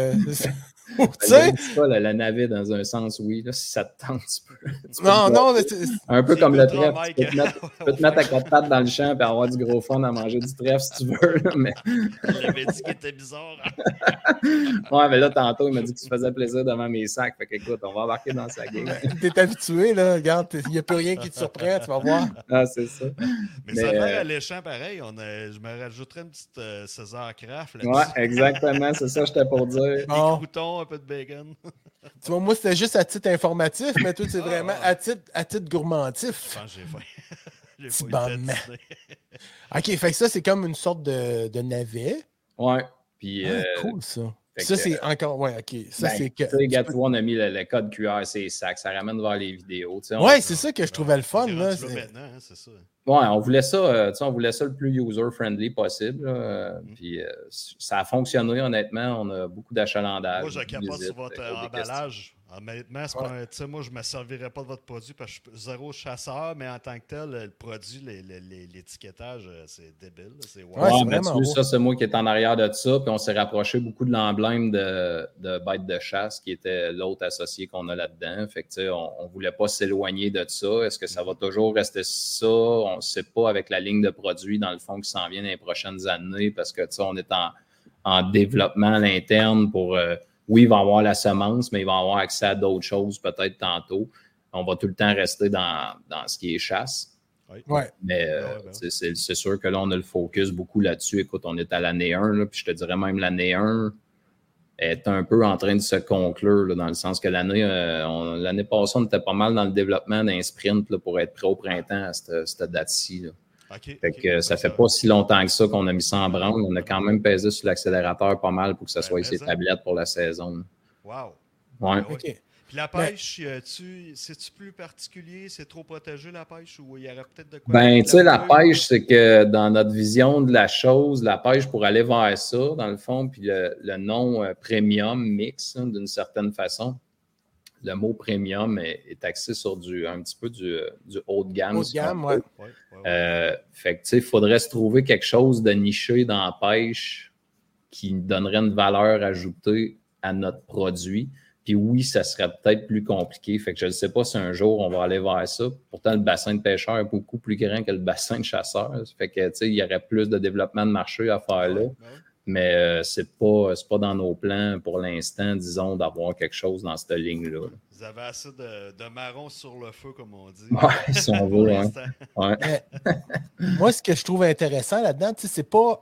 Le navet, dans un sens, oui. Là, si ça te tente, tu peux. Un peu comme le trèfle. Tu peux te mettre à 4 pattes dans le champ et avoir du gros fun à manger du trèfle si tu veux. Là, mais... Il avait dit qu'il était bizarre. Ouais, mais là, tantôt, il m'a dit que tu faisais plaisir devant mes sacs. Fait qu'écoute, on va embarquer dans sa game. T'es habitué, là. Regarde, il n'y a plus rien qui te surprend, tu vas voir. Ah, c'est ça. Mais ça a l'air alléchant pareil. Je me rajouterais une petite César Craft là-dessus. Ouais, exactement. C'est ça que j'étais pour dire. Des croutons, un peu de bacon. Tu vois, moi, c'était juste à titre informatif, mais toi, c'est vraiment à titre gourmantif. Je pense que j'ai faim. OK, fait que ça, c'est comme une sorte de navet. Ouais. Puis, cool, ça. Ça, c'est encore... Ouais, OK. Ça, c'est que... Tu vois, on a mis le code QR, c'est sacs. Ça ramène vers les vidéos. Ouais, c'est ça que je trouvais le fun. Là, maintenant, c'est ça. Ouais, on voulait ça le plus user-friendly possible. Puis ça a fonctionné, honnêtement. On a beaucoup d'achalandage. Moi, je capote sur votre emballage. Honnêtement, moi, je ne me servirais pas de votre produit parce que je suis zéro chasseur, mais en tant que tel, le produit, l'étiquetage, c'est débile. C'est ça, c'est moi qui est en arrière de ça. Puis on s'est rapproché beaucoup de l'emblème de Bête de chasse, qui était l'autre associé qu'on a là-dedans. Fait que, on ne voulait pas s'éloigner de ça. Est-ce que ça va toujours rester ça? On ne sait pas avec la ligne de produits, dans le fond, qui s'en vient dans les prochaines années, parce que on est en développement à l'interne pour... oui, il va avoir la semence, mais il va avoir accès à d'autres choses peut-être tantôt. On va tout le temps rester dans ce qui est chasse. Ouais. Mais c'est sûr que là, on a le focus beaucoup là-dessus. Écoute, on est à l'année 1, là, puis je te dirais même l'année 1, est un peu en train de se conclure, là, dans le sens que l'année passée, on était pas mal dans le développement d'un sprint là, pour être prêt au printemps à cette date-ci. Là. Fait que ça fait pas si longtemps que ça qu'on a mis ça en branle. On a quand même pesé sur l'accélérateur pas mal pour que ça soit ses tablettes pour la saison. Wow! Ouais. Okay. Puis la pêche, c'est-tu plus particulier? C'est trop protégé la pêche ou il y aurait peut-être de quoi? Ben, tu sais, la pêche, c'est que dans notre vision de la chose, la pêche pour aller vers ça, dans le fond, puis le nom premium mix, hein, d'une certaine façon, le mot premium est axé sur un petit peu du haut de gamme. Haut de gamme, ouais. Fait que, tu sais, il faudrait se trouver quelque chose de niché dans la pêche qui donnerait une valeur ajoutée à notre produit. Puis oui, ça serait peut-être plus compliqué. Fait que je ne sais pas si un jour on va aller vers ça. Pourtant, le bassin de pêcheurs est beaucoup plus grand que le bassin de chasseurs. Fait que, tu sais, il y aurait plus de développement de marché à faire là. Mais c'est pas dans nos plans pour l'instant, disons, d'avoir quelque chose dans cette ligne-là. Vous avez assez de marron sur le feu, comme on dit. Oui, si on veut. Moi, ce que je trouve intéressant là-dedans, c'est pas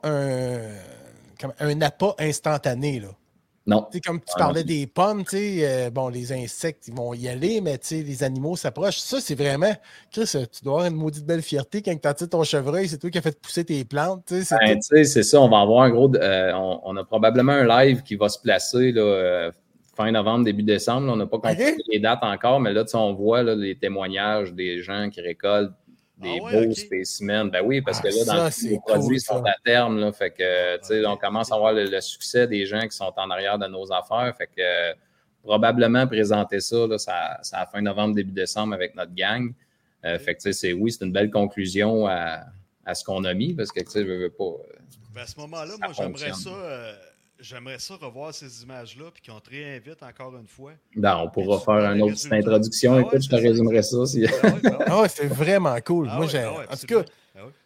un appât instantané, là. Non. T'sais, comme tu parlais des pommes, bon, les insectes, ils vont y aller, mais les animaux s'approchent. Ça, c'est vraiment... Chris, tu dois avoir une maudite belle fierté quand tu as ton chevreuil, c'est toi qui as fait pousser tes plantes. C'est ça, on va avoir un gros... on a probablement un live qui va se placer là, fin novembre, début décembre. Là, on n'a pas compris les dates encore, mais là, on voit là, les témoignages des gens qui récoltent des beaux spécimens. Ben oui, parce que là, les produits sont à terme. Là, fait que, on commence à voir le succès des gens qui sont en arrière de nos affaires. Fait que probablement présenter ça, là, c'est à la fin novembre, début décembre avec notre gang. Fait que, c'est une belle conclusion à ce qu'on a mis parce que, je veux pas. À ce moment-là, moi, j'aimerais ça revoir ces images-là puis qu'on te réinvite encore une fois. Ben, on pourra faire une autre petite introduction. Écoute, je te résumerai ça. C'est vraiment cool. Moi, en tout cas,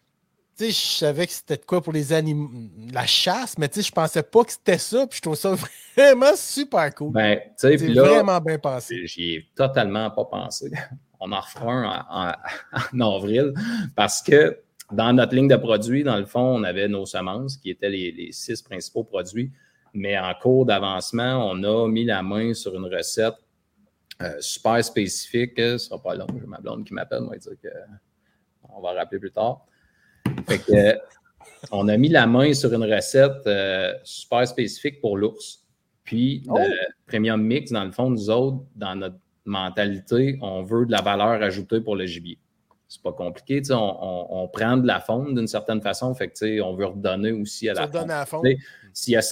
je savais que c'était de quoi pour les animaux, la chasse, mais je pensais pas que c'était ça. Puis je trouve ça vraiment super cool. Ben, c'est vraiment bien pensé. J'y ai totalement pas pensé. On en refera un en avril parce que dans notre ligne de produits, dans le fond, on avait nos semences qui étaient les 6 principaux produits. Mais en cours d'avancement, on a mis la main sur une recette super spécifique. Ce ne sera pas long. J'ai ma blonde qui m'appelle. On va dire qu'on va rappeler plus tard. Fait que, on a mis la main sur une recette super spécifique pour l'ours. Puis, le Premium Mix, dans le fond, nous autres, dans notre mentalité, on veut de la valeur ajoutée pour le gibier. C'est pas compliqué. On prend de la faune d'une certaine façon. Fait que, on veut redonner aussi à la faune. S'il y a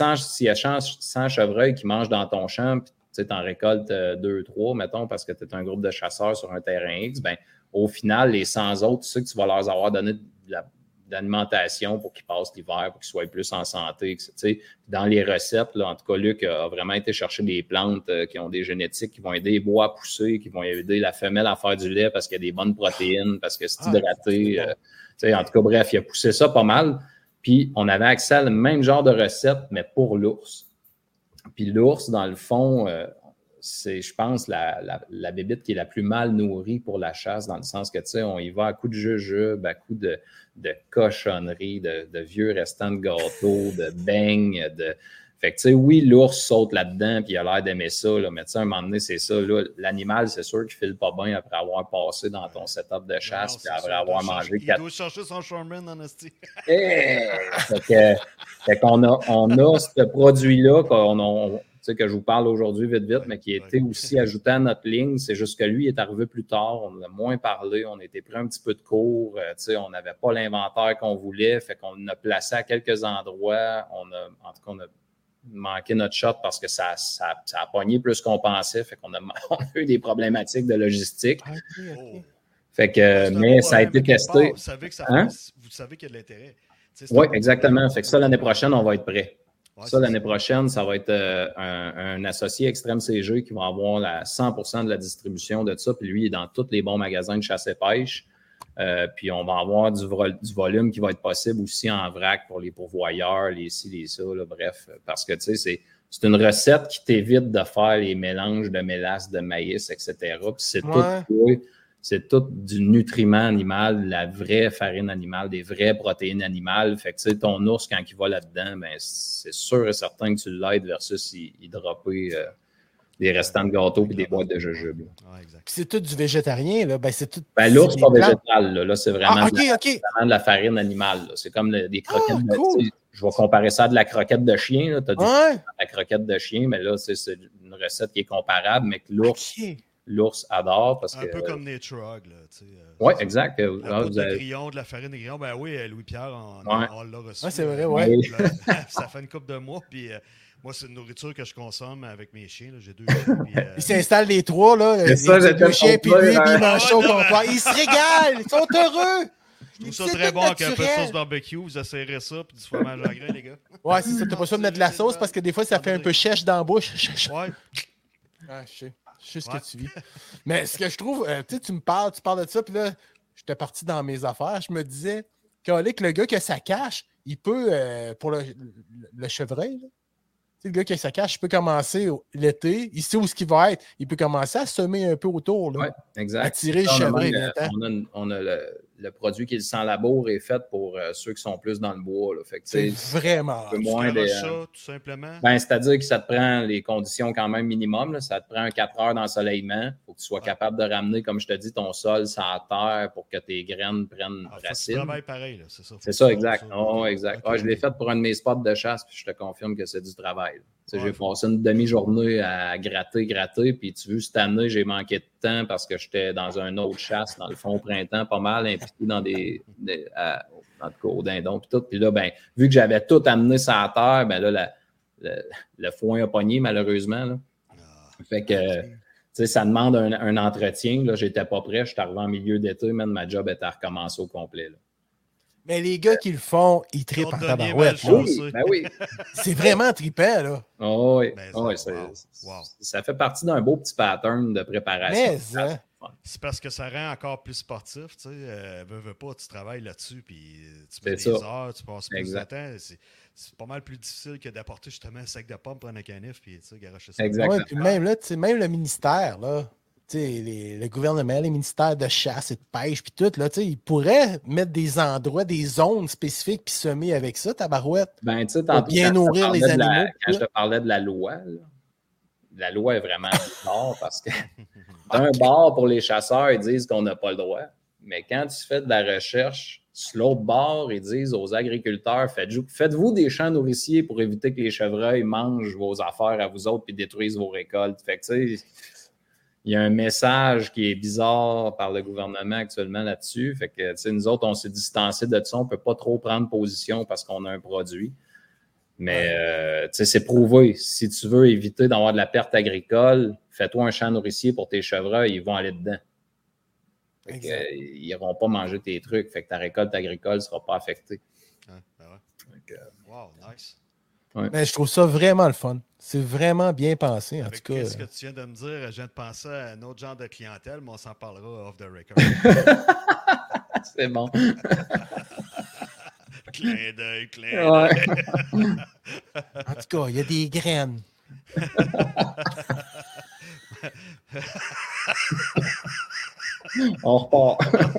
100 chevreuils qui mangent dans ton champ, puis tu en récoltes 2-3, mettons, parce que tu es un groupe de chasseurs sur un terrain X, ben, au final, les 100 autres, tu sais que tu vas leur avoir donné de l'alimentation pour qu'ils passent l'hiver, pour qu'ils soient plus en santé. Dans les recettes, là, en tout cas, Luc a vraiment été chercher des plantes qui ont des génétiques qui vont aider les bois à pousser, qui vont aider la femelle à faire du lait parce qu'il y a des bonnes protéines, parce que c'est hydraté. En tout cas, bref, il a poussé ça pas mal. Puis, on avait accès à le même genre de recette, mais pour l'ours. Puis l'ours, dans le fond, c'est, je pense, la bébite qui est la plus mal nourrie pour la chasse, dans le sens que, on y va à coups de jujube, à coups de cochonneries, de vieux restants de gâteaux, de beignes, Fait que, oui, l'ours saute là-dedans, puis il a l'air d'aimer ça, là, mais à un moment donné, c'est ça, là, l'animal, c'est sûr qu'il file pas bien après avoir passé dans ton setup de chasse, puis après avoir mangé... Il doit chercher son Charmin en esti. Fait qu'on a ce produit-là que je vous parle aujourd'hui vite, mais qui a été aussi ajouté à notre ligne. C'est juste que lui, il est arrivé plus tard, on en a moins parlé, on a été pris un petit peu de cours, on n'avait pas l'inventaire qu'on voulait, fait qu'on a placé à quelques endroits, on a manqué notre shot parce que ça a pogné plus qu'on pensait, fait qu'on a eu des problématiques de logistique. Fait que, mais ça a été testé. Vous savez qu'il y a de l'intérêt. Oui, exactement. Fait que ça, l'année prochaine, on va être prêt. L'année prochaine, ça va être un associé Extrême CG qui va avoir 100% de la distribution de ça. Puis lui, il est dans tous les bons magasins de chasse et pêche. Puis on va avoir du volume qui va être possible aussi en vrac pour les pourvoyeurs, les ci, les ça. Là, bref, parce que c'est une recette qui t'évite de faire les mélanges de mélasse, de maïs, etc. Puis c'est tout c'est tout du nutriment animal, la vraie farine animale, des vraies protéines animales. Fait que, tu sais, ton ours, quand il va là-dedans, ben, c'est sûr et certain que tu l'aides versus il dropper des restants de gâteau et des boîtes de jujubes. Ouais, exact. Puis c'est tout du végétarien, là. Ben, c'est tout. Ben, l'ours, c'est pas des plantes. végétal. Là, c'est vraiment, Ah, vraiment de la farine animale. Là. C'est comme des croquettes. Cool. Je vais comparer ça à de la croquette de chien. Tu as dit Ouais. la croquette de chien, mais là, c'est une recette qui est comparable, mais que l'ours, OK. l'ours adore parce Un que. peu comme Naturog, là. Oui, exact. Un peu de grillon, de la farine de grillon. Ben oui, Louis-Pierre, on l'a reçu. Ouais, c'est vrai, ouais. Ça fait une couple de mois, puis moi, c'est une nourriture que je consomme avec mes chiens. J'ai 2 chiens. Puis, Ils s'installent les 3, là. C'est ça, les 2 chiens, puis lui, puis il mange ça au Ouais, comptoir. Ils se régalent. Ils sont heureux. Je trouve ça très bon avec un peu de sauce barbecue. Vous essayerez ça, puis du fromage en grain, les gars. Ouais, c'est ça. T'as pas ça de mettre de la sauce parce que des fois, ça fait un peu chèche dans la bouche. Ouais. Ah, je sais ce que tu vis. Mais ce que je trouve, tu me parles de ça, puis là, j'étais parti dans mes affaires. Je me disais, que le gars que ça cache, il peut, pour le chevreuil, là, le gars qui a sa cache, il peut commencer l'été, il sait où ce qu'il va être, il peut commencer à semer un peu autour, là, oui, exact. à tirer le chevreuil. On a le produit qui est le sans-labour est fait pour ceux qui sont plus dans le bois. Là. Fait que, c'est vraiment... Tu garoches ça, tout simplement? Ben, c'est-à-dire que ça te prend les conditions quand même minimum. Là. Ça te prend 4 heures d'ensoleillement. Il faut que tu sois capable de ramener, comme je te dis, ton sol sans terre pour que tes graines prennent racine. Tu travailles pareil, là, c'est ça? C'est ça, exact. Exact. Okay. Je l'ai fait pour un de mes spots de chasse, puis je te confirme que c'est du travail. J'ai passé une demi-journée à gratter, puis tu vois, cette année, j'ai manqué de temps parce que j'étais dans un autre chasse, dans le fond, au printemps, pas mal impliqué dans en tout cas, au dindon, puis tout. Puis là, ben, vu que j'avais tout amené sur la terre, ben là, le foin a pogné, malheureusement. Là. Fait que, tu sais, ça demande un entretien. Là, j'étais pas prêt, je suis arrivé en milieu d'été, même ma job était à recommencer au complet. Là. Mais les gars qui le font, ils trippent en tabarouette. Oui. C'est vraiment trippant, là. Oh, oui. Ça fait partie d'un beau petit pattern de préparation. Mais, c'est parce que ça rend encore plus sportif, tu sais. Veux pas, tu travailles là-dessus, puis tu mets des heures, tu passes plus de temps. C'est pas mal plus difficile que d'apporter justement un sac de pommes, prendre un canif, puis tu sais, garocher ça. Exactement. Ouais, puis même là, même le ministère, là, le gouvernement, les ministères de chasse et de pêche, puis tout, là, ils pourraient mettre des endroits, des zones spécifiques, puis semer avec ça, tabarouette. Ben, tu sais, pour bien nourrir les animaux. Quand je te parlais de la loi, là, la loi est vraiment bizarre parce que d'un bord, pour les chasseurs, ils disent qu'on n'a pas le droit. Mais quand tu fais de la recherche, sur l'autre bord, ils disent aux agriculteurs, faites-vous des champs nourriciers pour éviter que les chevreuils mangent vos affaires à vous autres et détruisent vos récoltes. Fait que, tu sais, il y a un message qui est bizarre par le gouvernement actuellement là-dessus. Fait que, tu sais, nous autres, on s'est distancés de ça. On ne peut pas trop prendre position parce qu'on a un produit. Mais, tu sais, c'est prouvé. Si tu veux éviter d'avoir de la perte agricole, fais-toi un champ nourricier pour tes chevreuils, ils vont aller dedans. Fait que, ils n'iront pas manger tes trucs. Fait que ta récolte agricole ne sera pas affectée. Wow, nice. Ouais. Mais je trouve ça vraiment le fun. C'est vraiment bien pensé, en tout cas. Qu'est-ce que tu viens de me dire? Je viens de penser à un autre genre de clientèle, mais on s'en parlera off the record. C'est bon. Clin d'œil, clin d'œil. En tout cas, il y a des graines. On repart.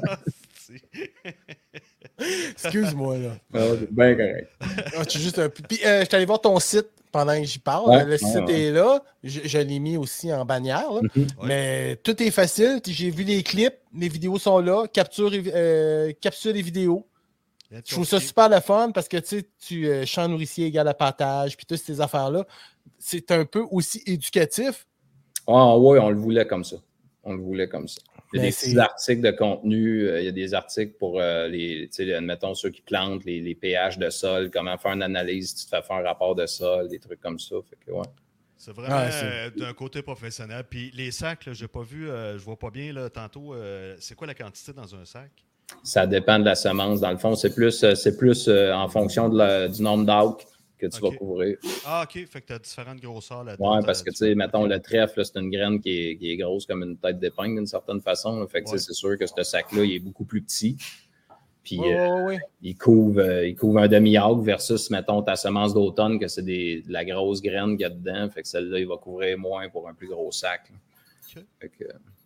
Excuse-moi, là. C'est bien correct. Puis, je suis allé voir ton site pendant que j'y parle. Ouais, le site est là. Je l'ai mis aussi en bannière. Là. Mais tout est facile. J'ai vu les clips. Les vidéos sont là. Capture les vidéos. Je trouve ça super le fun parce que tu champ nourricier égal abattage, puis toutes ces affaires-là. C'est un peu aussi éducatif. Ah oui, on le voulait comme ça. Il y a des petits articles de contenu, il y a des articles pour admettons, ceux qui plantent, les pH de sol, comment faire une analyse si tu te fais faire un rapport de sol, des trucs comme ça. Fait que, ouais. C'est vraiment d'un côté professionnel. Puis les sacs, j'ai pas vu, je vois pas bien là, tantôt. C'est quoi la quantité dans un sac? Ça dépend de la semence. Dans le fond, c'est plus en fonction du nombre d'arcs que tu vas couvrir. Ah, OK. Fait que tu as différentes grosseurs là-dedans. Oui, parce que, tu sais, mettons, le trèfle, c'est une graine qui est grosse comme une tête d'épingle d'une certaine façon. Là. Fait que, c'est sûr que ce sac-là, il est beaucoup plus petit. Puis, il couvre un demi-arc versus, mettons, ta semence d'automne, que c'est de la grosse graine qu'il y a dedans. Fait que celle-là, il va couvrir moins pour un plus gros sac. OK. Fait que,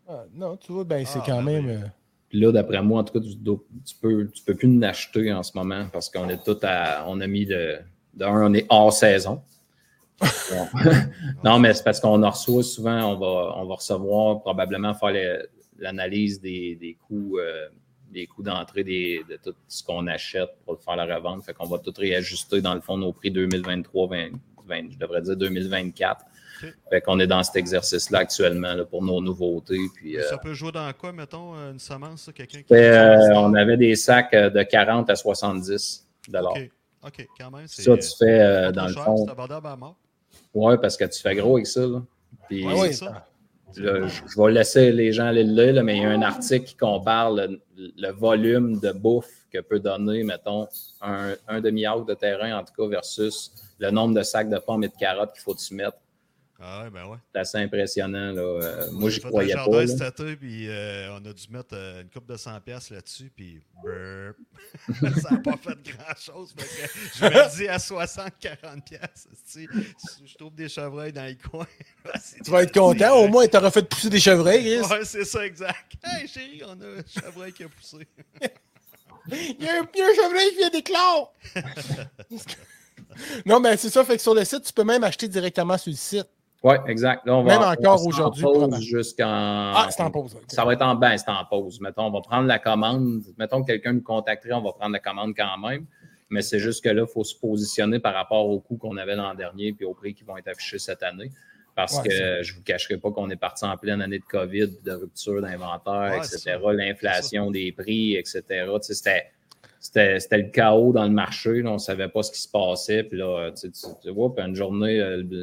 Non, tu vois, ben c'est Ah, quand même... merveilleux. Puis là, d'après moi, en tout cas, tu peux plus l'acheter en ce moment parce qu'on est tout on a mis on est hors saison. Bon. Non, mais c'est parce qu'on en reçoit souvent, on va recevoir probablement faire l'analyse des coûts d'entrée de tout ce qu'on achète pour faire la revente. Fait qu'on va tout réajuster dans le fond nos prix 2023, je devrais dire 2024. Okay. Fait qu'on est dans cet exercice-là actuellement là, pour nos nouveautés. Puis, ça peut jouer dans quoi, mettons, une semence, quelqu'un qui on avait des sacs de 40 à 70 $. OK, quand même. Ça, tu fais dans le fond. C'est abordable à mort. Oui, parce que tu fais gros avec ça. Là. Puis, c'est ça. Je vais laisser les gens aller le lire, là, mais il y a un article qui compare le volume de bouffe que peut donner, mettons, un demi-acre de terrain, en tout cas, versus le nombre de sacs de pommes et de carottes qu'il faut que tu mettes. Ah ouais, ben ouais. C'est assez impressionnant. Là. Moi, j'y croyais pas. J'ai fait un jardin cet été, puis on a dû mettre une coupe de 100$ là-dessus, puis ça n'a pas fait grand-chose. Je me dis à 60-40$. Je trouve des chevreuils dans les coins. Tu vas être content, au moins, tu auras fait pousser des chevreuils, Chris. Ouais, c'est ça, exact. Hey, chérie, on a un chevreuil qui a poussé. Il y a un chevreuil qui vient d'éclore. Non, mais c'est ça, fait que sur le site, tu peux même acheter directement sur le site. Oui, exact. Là, même encore aujourd'hui. Jusqu'en. Ah, c'est en pause. Okay. Ça va être c'est en pause. Mettons, on va prendre la commande. Mettons que quelqu'un nous contacterait, on va prendre la commande quand même. Mais c'est juste que là, il faut se positionner par rapport au coût qu'on avait l'an dernier puis aux prix qui vont être affichés cette année. Parce que je ne vous cacherai pas qu'on est parti en pleine année de COVID, de rupture d'inventaire, etc. L'inflation des prix, etc. C'était le chaos dans le marché. Là, on ne savait pas ce qui se passait. Puis là, tu vois, puis une journée,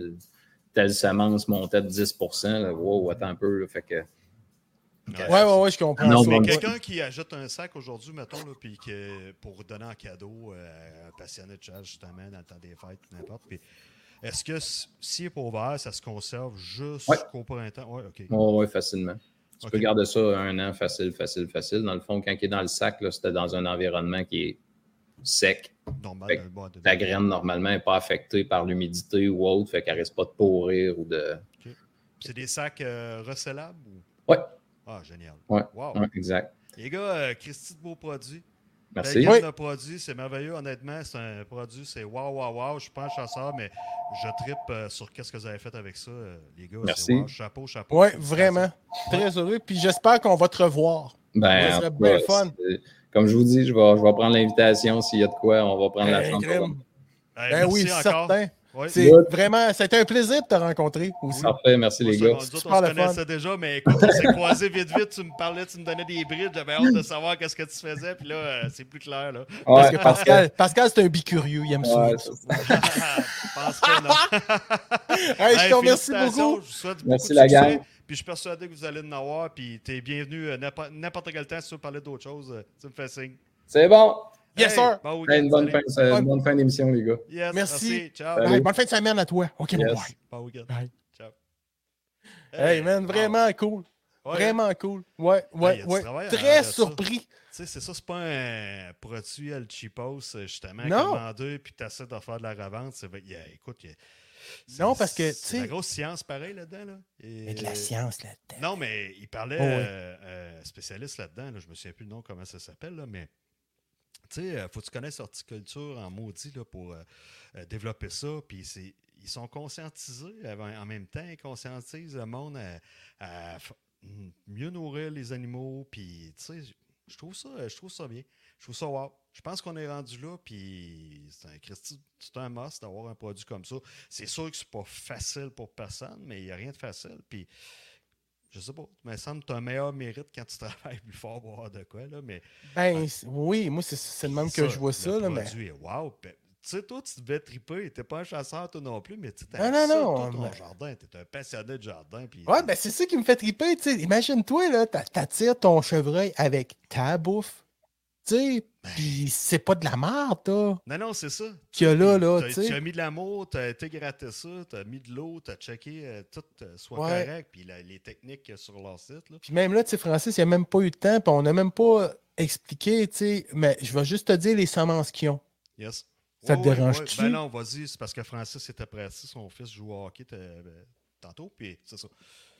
telle semence montait de 10 %. Wow, attends un peu. Là, fait que. Ouais, je comprends. Mais quelqu'un qui ajoute un sac aujourd'hui, mettons, là, puis pour donner en cadeau à un passionné de chasse, justement, dans le temps des fêtes, n'importe. Puis, est-ce que s'il est pas ouvert, ça se conserve jusqu'au printemps? Oui, OK. Oui, facilement. Tu peux garder ça un an facile. Dans le fond, quand il est dans le sac, là, c'était dans un environnement qui est sec. Normal. La graine, normalement, n'est pas affectée par l'humidité ou autre, fait qu'elle ne risque pas de pourrir ou de... Okay. C'est des sacs recellables? Oui. Ah, génial. Oui, wow. Exact. Les gars, Christy, de beaux produits. Merci. La gamme de produits, c'est merveilleux. Honnêtement, c'est un produit, c'est wow. Je suis pas un chasseur, mais je trippe sur qu'est-ce que vous avez fait avec ça, les gars. Merci. Wow. Chapeau. Oui, vraiment. Très heureux. Puis j'espère qu'on va te revoir. Ça serait bien fun. Comme je vous dis, je vais prendre l'invitation. S'il y a de quoi, on va prendre la chance. Oui, certain. Oui. C'est vraiment, c'était un plaisir de te rencontrer aussi. Parfait, merci les gars. On se connaissait déjà, mais écoute, on s'est croisés vite. Tu me parlais, tu me donnais des brides. J'avais hâte de savoir qu'est-ce que tu faisais. Puis là, c'est plus clair. Là. Parce que Pascal, c'est un bicurieux. Il aime ça. Je pense que non. Je te remercie beaucoup. Je vous souhaite merci beaucoup de succès. Gang. Puis je suis persuadé que vous allez en avoir. Puis tu es bienvenu n'importe quel temps. Si tu veux parler d'autre chose, tu me fais signe. C'est bon. Yes, sir. Une bonne fin d'émission, les gars. Yes, merci. Ciao. Bonne fin de semaine à toi. OK, yes. Bon week-end. Bye. Ciao. Hey, man, vraiment cool. Vraiment cool. Ouais. Très surpris. Tu sais, c'est ça, c'est pas un produit à le cheapos, justement, non. commandé, puis tu essaies de faire de la revente. Écoute, non, parce que, tu sais... C'est la grosse science, pareil, là-dedans. Là. Il y a de la science là-dedans. Non, mais il parlait spécialiste là-dedans. Là, je me souviens plus le nom, comment ça s'appelle, là, mais... Tu sais, faut que tu connaisses l'horticulture en maudit là, pour développer ça. Puis ils sont conscientisés en même temps. Ils conscientisent le monde à mieux nourrir les animaux. Puis, tu sais, je trouve ça bien. Je trouve ça wow. Je pense qu'on est rendu là. Puis, c'est un must d'avoir un produit comme ça. C'est sûr que c'est pas facile pour personne, mais il n'y a rien de facile. Puis, je sais pas, il me semble que tu as un meilleur mérite quand tu travailles plus fort pour avoir de quoi, là, mais... oui, moi, c'est le même que je vois ça, là, mais... Le produit est wow. Tu sais, toi, tu devais triper, t'es pas un chasseur, toi non plus, mais tu sais, non, ton jardin, t'es un passionné de jardin. Puis, c'est ça qui me fait triper, tu sais. Imagine-toi, là, t'attires ton chevreuil avec ta bouffe, tu sais, puis c'est pas de la merde, toi. Non, c'est ça. Tu as mis de l'amour, tu as été gratter ça, tu as mis de l'eau, tu as checké tout soit correct, puis les techniques sur leur site. Là. Puis même là, tu sais, Francis, il n'y a même pas eu de temps, puis on n'a même pas expliqué, tu sais, mais je vais juste te dire les semences qu'ils ont. Yes. Ça te dérange-tu? Ben non, vas-y, c'est parce que Francis était pressé, son fils joue au hockey tantôt, puis c'est ça.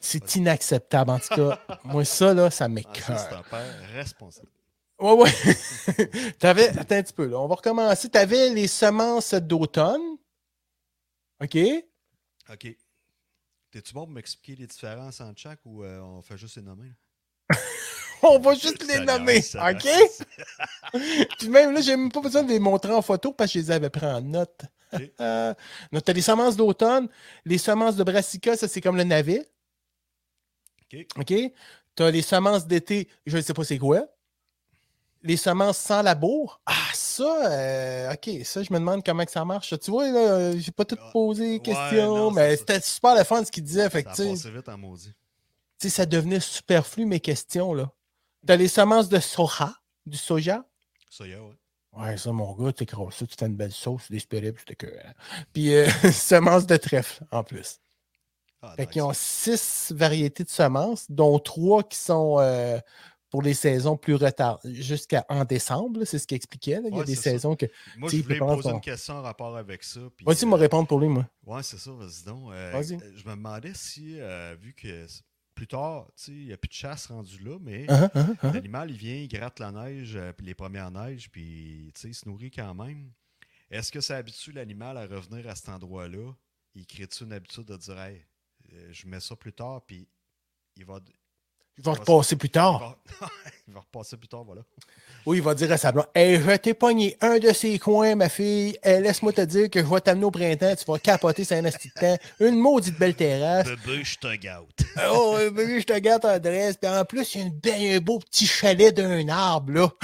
C'est inacceptable. En tout cas, moi, ça, là, ça Ça, m'écoeure. c'est un père responsable. Ouais, ouais. Attends un petit peu, là. On va recommencer. Tu avais les semences d'automne. OK? OK. T'es-tu bon pour m'expliquer les différences entre chaque ou on fait juste les nommer? On va juste les Seigneur, nommer. Seigneur. OK? Puis même là, j'ai même pas besoin de les montrer en photo parce que je les avais pris en note. OK. Donc, tu as les semences d'automne. Les semences de brassica, ça, c'est comme le navet. OK. OK? Tu as les semences d'été, je ne sais pas c'est quoi. Les semences sans labour. Ah, ça, OK, ça, je me demande comment que ça marche. Tu vois, là, j'ai pas tout posé Ouais, question, non, mais c'est ça. c'était super le fun ce qu'il disait. Fait que, Ça a tu passé vite en maudit. sais, ça devenait superflu, mes questions, là. T'as les semences de soja, du soja. Soya, ouais. Ouais, ça, mon gars, tu écrases ça, tu fais une belle sauce, des spéribes, c'était que. Puis, semences de trèfle, en plus. Ah, Fait nice. qu'ils ont 6 variétés de semences, dont 3 qui sont pour les saisons plus retardées, jusqu'en décembre, là, c'est ce qu'il expliquait. Là. Il y a Ouais, des c'est ça. saisons que. Moi, tu sais, je il peut voulais prendre poser son- une question en rapport avec ça. Puis, Vas-y, me répondre pour lui, moi. ouais, c'est ça, vas-y donc. Vas-y. Je me demandais si, vu que plus tard, tu sais, il n'y a plus de chasse rendue là, mais l'animal, il vient, il gratte la neige, puis les premières neiges, puis tu sais, il se nourrit quand même. Est-ce que ça habitue l'animal à revenir à cet endroit-là? Il crée-tu une habitude de dire, hey, je mets ça plus tard, puis il va. Il va repasser plus Il tard. va, il va repasser plus tard, voilà. Oui, il va dire à sa blonde: Hey, je t'ai pogné un de ces coins, ma fille. Laisse-moi te dire que je vais t'amener au printemps. Tu vas capoter, c'est un asti de temps. Une maudite belle terrasse. Bébé, je te gâte. Oh, bébé, je te gâte en adresse. Puis en plus, il y a un beau petit chalet d'un arbre, là.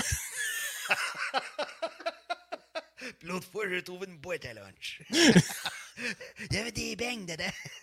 Puis l'autre fois, j'ai trouvé une boîte à lunch. Il y avait des beignes dedans.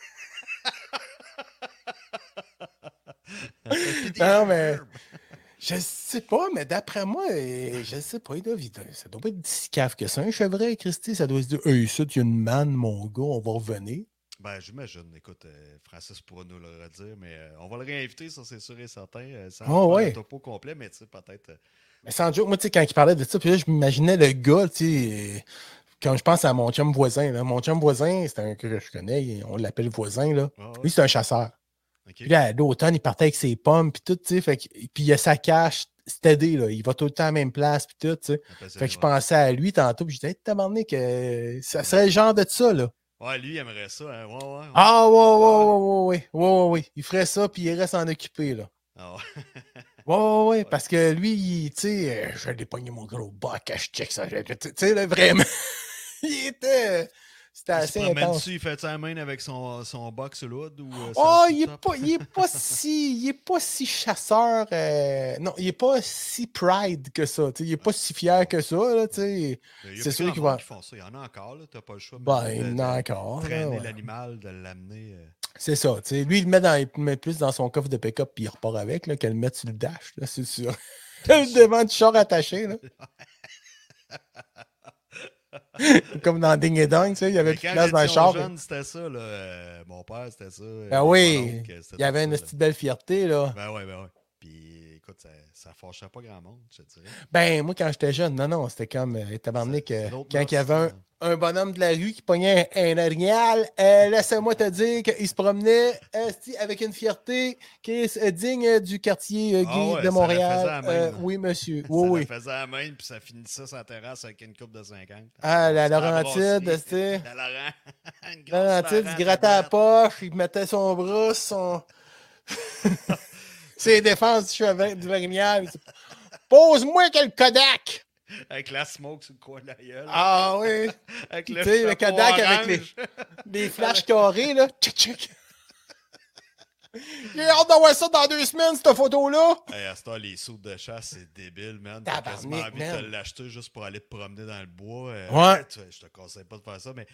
Non, mais je sais pas, mais d'après moi, je sais pas, ça doit pas être si cave que ça. Un chevreuil, Christy, ça doit se dire: Hey, ça, tu as une manne, mon gars, on va revenir. Ben, j'imagine. Écoute, Francis pourra nous le redire, mais on va le réinviter, ça, c'est sûr et certain. Sans faire ouais. le topo complet, mais tu sais, peut-être. Mais sans joke, moi, tu sais, quand il parlait de ça, puis là, je m'imaginais le gars, tu sais, quand je pense à mon chum voisin, là. Mon chum voisin, c'est un gars que je connais, on l'appelle voisin, là. Ah, ouais. Lui, c'est un chasseur. OK. Puis là, à l'automne, il partait avec ses pommes, puis tout, tu sais, puis il a sa cache, c'est aidé, là. Il va tout le temps à la même place, puis tout, tu sais. Fait que je pensais à lui tantôt, puis je disais: Hey, tabarnak, que ça serait le genre de ça, là. Ouais, lui, il aimerait ça. Hein. Ouais. Ah, ouais. Il ferait ça, puis il irait s'en occuper, là. Ah, ouais. Ouais, parce que lui, tu sais, je l'ai pogné mon gros bac, je check ça. Tu sais, là, vraiment, c'était Il se assez promène intense. dessus, il fait sa main avec son box load ou Oh, il est pas si chasseur. Non, il est pas si pride que ça. Tu sais, il est pas si fier que ça, là, tu sais. C'est sûr qu'il va. qui font ça. Il y en a encore, là. T'as pas le choix Ben, il y en a encore. là, traîner ouais. l'animal, de l'amener. C'est ça. Tu sais. Lui, il le met plus dans son coffre de pick-up puis il repart avec, là, qu'elle le mette sur le dash, là, c'est sûr. Le devant du char attaché, là. Comme dans Ding et Dong, tu sais, il y avait Mais plus de quand place dans le j'étais char. jeune, c'était ça, là. Mon père, c'était ça. Ah mon oui, oncle, c'était il y avait ça, une là. petite belle fierté, là. Ben ouais. Puis écoute, ça fâchait pas grand monde, je te dirais. Ben, moi, quand j'étais jeune, non, c'était comme, tabarnak, C'est d'autres quand il y avait mœurs, un bonhomme de la rue qui pognait un orignal, laisse-moi te dire qu'il se promenait avec une fierté qui est digne du quartier gay ouais, de ça Montréal. la faisait à la main, Oui, monsieur. Ça Oui. la faisait à la main, puis ça finissait sur la terrasse avec une coupe de 50. Ah, la C'était Laurentide, brassée. c'était. La Laurent. Une grosse Laurentide, il Laurent se grattait à la tablette. poche, il mettait son bras, ses défenses du orignal. Pose-moi quel Kodak! Avec la smoke sur le coin de la gueule. Ah oui! Avec Tu le sais, le chapeau Kodak avec orange. les flashs carrés, là. Tchic. J'ai hâte d'avoir ça dans 2 semaines, cette photo-là! Hey, à ce temps, les sauts de chasse, c'est débile, man. Tabarnak, T'as quasiment envie de te man. l'acheter juste pour aller te promener dans le bois. Ouais. Je te conseille pas de faire ça, mais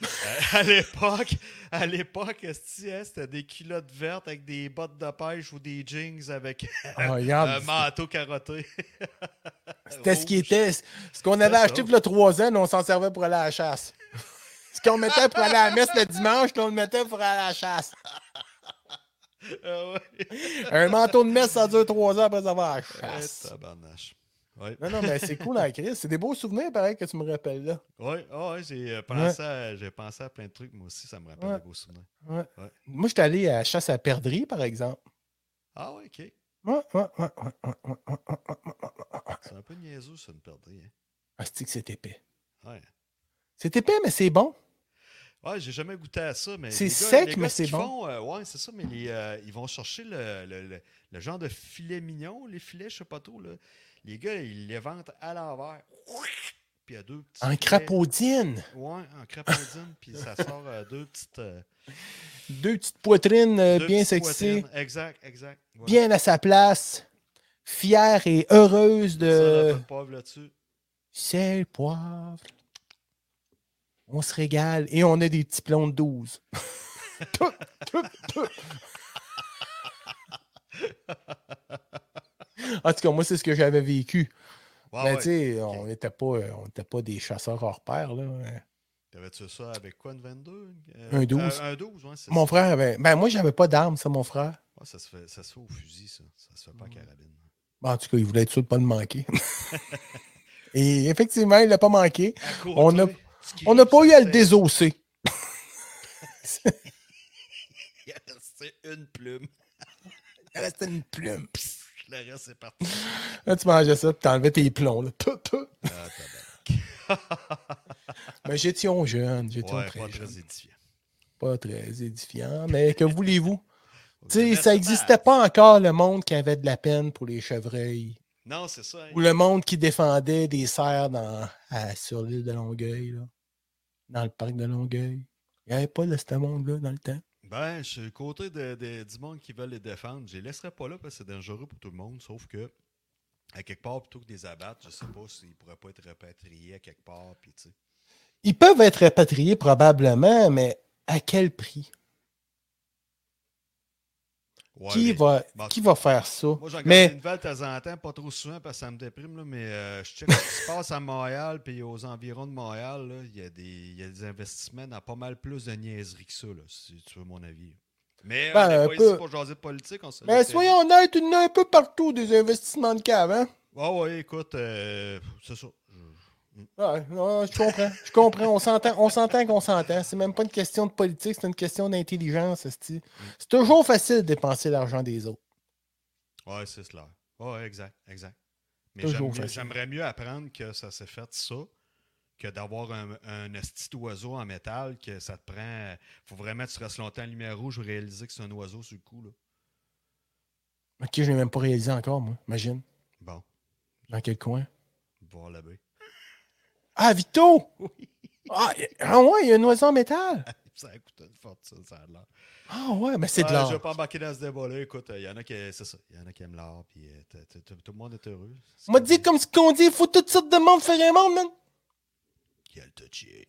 à l'époque, esti, hein, c'était des culottes vertes avec des bottes de pêche ou des jeans avec Ah, regarde. un manteau carotté. C'était ce qui Rouge. était. Ce qu'on avait C'est acheté ça. il y a 3 ans, nous, on s'en servait pour aller à la chasse. Ce qu'on mettait pour aller à la messe le dimanche, là, on le mettait pour aller à la chasse. Ah ouais. Un manteau de messe, ça dure 3 ans après avoir à la Eh, chasse. tabarnache. Ouais. Non, mais c'est cool en crise. C'est des beaux souvenirs, pareil, que tu me rappelles là. Ouais, j'ai pensé à plein de trucs, moi aussi, ça me rappelle des beaux souvenirs. Ouais. Ouais. Moi, j'étais allé à la chasse à perdrix, par exemple. Ah ouais, ok. Ouais. C'est un peu niaiseux, ça, une perdrix. Hein? Ah, c'est épais. Ouais. C'est épais, mais c'est bon. Ouais, j'ai jamais goûté à ça, mais c'est les sec, gars, mais ce c'est qu'ils bon. font, ouais, c'est ça, mais ils vont chercher le genre de filet mignon, les filets, je sais pas trop, là. Les gars, ils les vendent à l'envers. Puis il y a deux petits En filets. crapaudine. Ouais, en crapaudine, puis ça sort deux petites... Deux petites poitrines deux bien petites sexy. poitrines. Exact. Voilà. Bien à sa place. Fière et heureuse Ça, un peu de... de poivre là-dessus. Sel, poivre. On se régale et on a des petits plombs de 12. En tout cas, moi, c'est ce que j'avais vécu. Ouais, Mais ouais. tu sais, Ok. on n'était pas des chasseurs hors pair. Là. T'avais-tu ça avec quoi, une 22? Un 12. Un 12, ouais, c'est Mon ça. frère avait... Ben, moi, j'avais pas d'arme, ça, mon frère. Ouais, ça se fait au fusil, ça. Ça se fait pas en carabine. Bon, en tout cas, il voulait être sûr de ne pas le manquer. Et effectivement, il l'a pas manqué. On n'a pas eu à le désosser. Il a resté une plume. Il restait une plume. Le reste, c'est parti. Là, tu mangeais ça, puis t'enlevais tes plombs. Là. Mais j'étais jeune. Ouais, très pas jeune. très édifiant. Pas très édifiant, mais que voulez-vous? Tu sais, Mais ça n'existait pas encore le monde qui avait de la peine pour les chevreuils. Non, c'est ça. Hein. Ou le monde qui défendait des cerfs sur l'île de Longueuil, là, dans le parc de Longueuil. Il n'y avait pas de ce monde-là dans le temps. Ben, je suis le côté du monde qui veulent les défendre. Je les laisserai pas là parce que c'est dangereux pour tout le monde, sauf que, à quelque part, plutôt que de les abattre, je sais pas s'ils pourraient pas être répatriés à quelque part. Puis, tu sais. Ils peuvent être répatriés probablement, mais à quel prix? Ouais, qui va faire ça? Moi, j'en regarde des nouvelles de temps en temps, pas trop souvent parce que ça me déprime, là, mais je check ce qui se passe à Montréal puis aux environs de Montréal. Là, il y a des investissements dans pas mal plus de niaiseries que ça, là, si tu veux mon avis. Mais on n'est pas ici pour jaser de politique. Mais soyons honnêtes, il y en a un peu partout des investissements de cave, hein? Ouais, écoute, c'est ça. Ouais, non, je comprends. On s'entend qu'on s'entend. C'est même pas une question de politique, c'est une question d'intelligence. C'est toujours facile de dépenser l'argent des autres. Ouais, c'est cela. Ouais, exact. Mais j'aimerais mieux apprendre que ça s'est fait ça que d'avoir un esti d'oiseau en métal que ça te prend. Faut vraiment que tu restes longtemps en lumière rouge pour réaliser que c'est un oiseau sur le coup. Là. Ok, je l'ai même pas réalisé encore, moi. Imagine. Bon. Dans quel coin? Voir la baie. Ah, Vito! Oui. Ah ouais, il y a un oiseau en métal. Ça a coûté une fortune, ça a l'air. Ah ouais, mais c'est de l'art. Je vais pas embarquer dans ce débat-là. Écoute, il y en a qui, c'est ça. Il y en a qui aiment l'art, puis tout le monde est heureux. On m'a dit comme ce qu'on dit, il faut toutes sortes de monde faire un monde, man. Qui a le touché.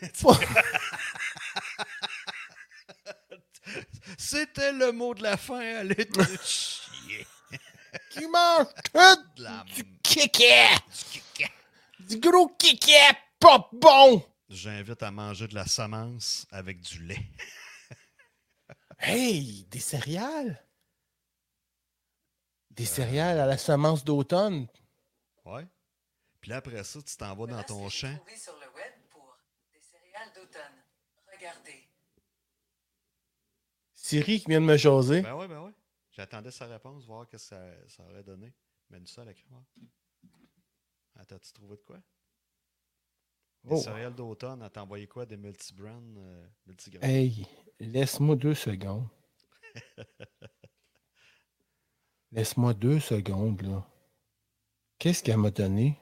C'était le mot de la fin, allez te chier. Qui mange tout du kéké. Du gros kéké, pas bon. J'invite à manger de la semence avec du lait. Hey, des céréales? Des céréales à la semence d'automne? Ouais. Puis là, après ça, tu t'en vas dans ton champ. Sur le web pour des céréales d'automne. Regardez. Siri qui vient de me jaser. Ben ouais. J'attendais sa réponse, voir ce que ça aurait donné. Mets-nous ça à l'écran. Attends, tu trouvé de quoi? Des céréales d'automne, elle t'a envoyé quoi? Des multibrands, multigrains? Hey, laisse-moi 2 secondes. Laisse-moi 2 secondes, là. Qu'est-ce qu'elle m'a donné?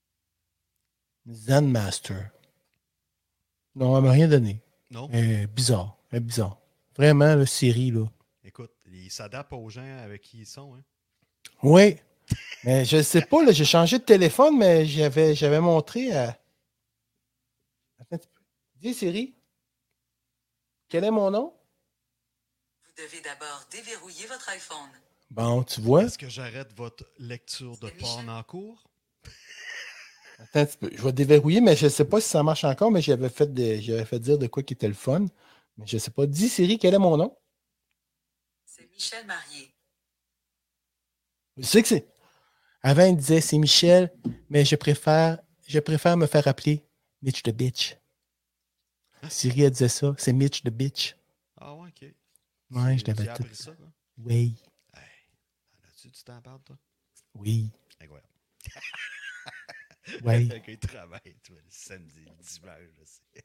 Zen Master. Non, elle m'a rien donné. Non? Bizarre. Vraiment, le Siri, là. Écoute, il s'adapte aux gens avec qui ils sont, hein? Oui. Mais je sais pas, là, j'ai changé de téléphone, mais j'avais montré à... Attends un petit peu. Dis, Siri, quel est mon nom? Vous devez d'abord déverrouiller votre iPhone. Bon, tu vois. Est-ce que j'arrête votre lecture de porn en cours? Attends un petit peu. Je vais déverrouiller, mais je ne sais pas si ça marche encore, mais j'avais fait dire de quoi qui était le fun. Mais je ne sais pas. Dis, Siri, quel est mon nom? C'est Michel Marié. Je sais que c'est... Avant, il disait c'est Michel, mais je préfère me faire appeler Mitch the Bitch. Siri, elle disait ça. C'est Mitch the Bitch. Ah ouais, ok. Ouais, je Tu l'avais as tout. appris ça, quoi? Oui, Hey, là-dessus, tu t'en parles, toi? oui, Incroyable. oui. Quand il travaille, tu vois, le samedi, le dimanche, là, c'est...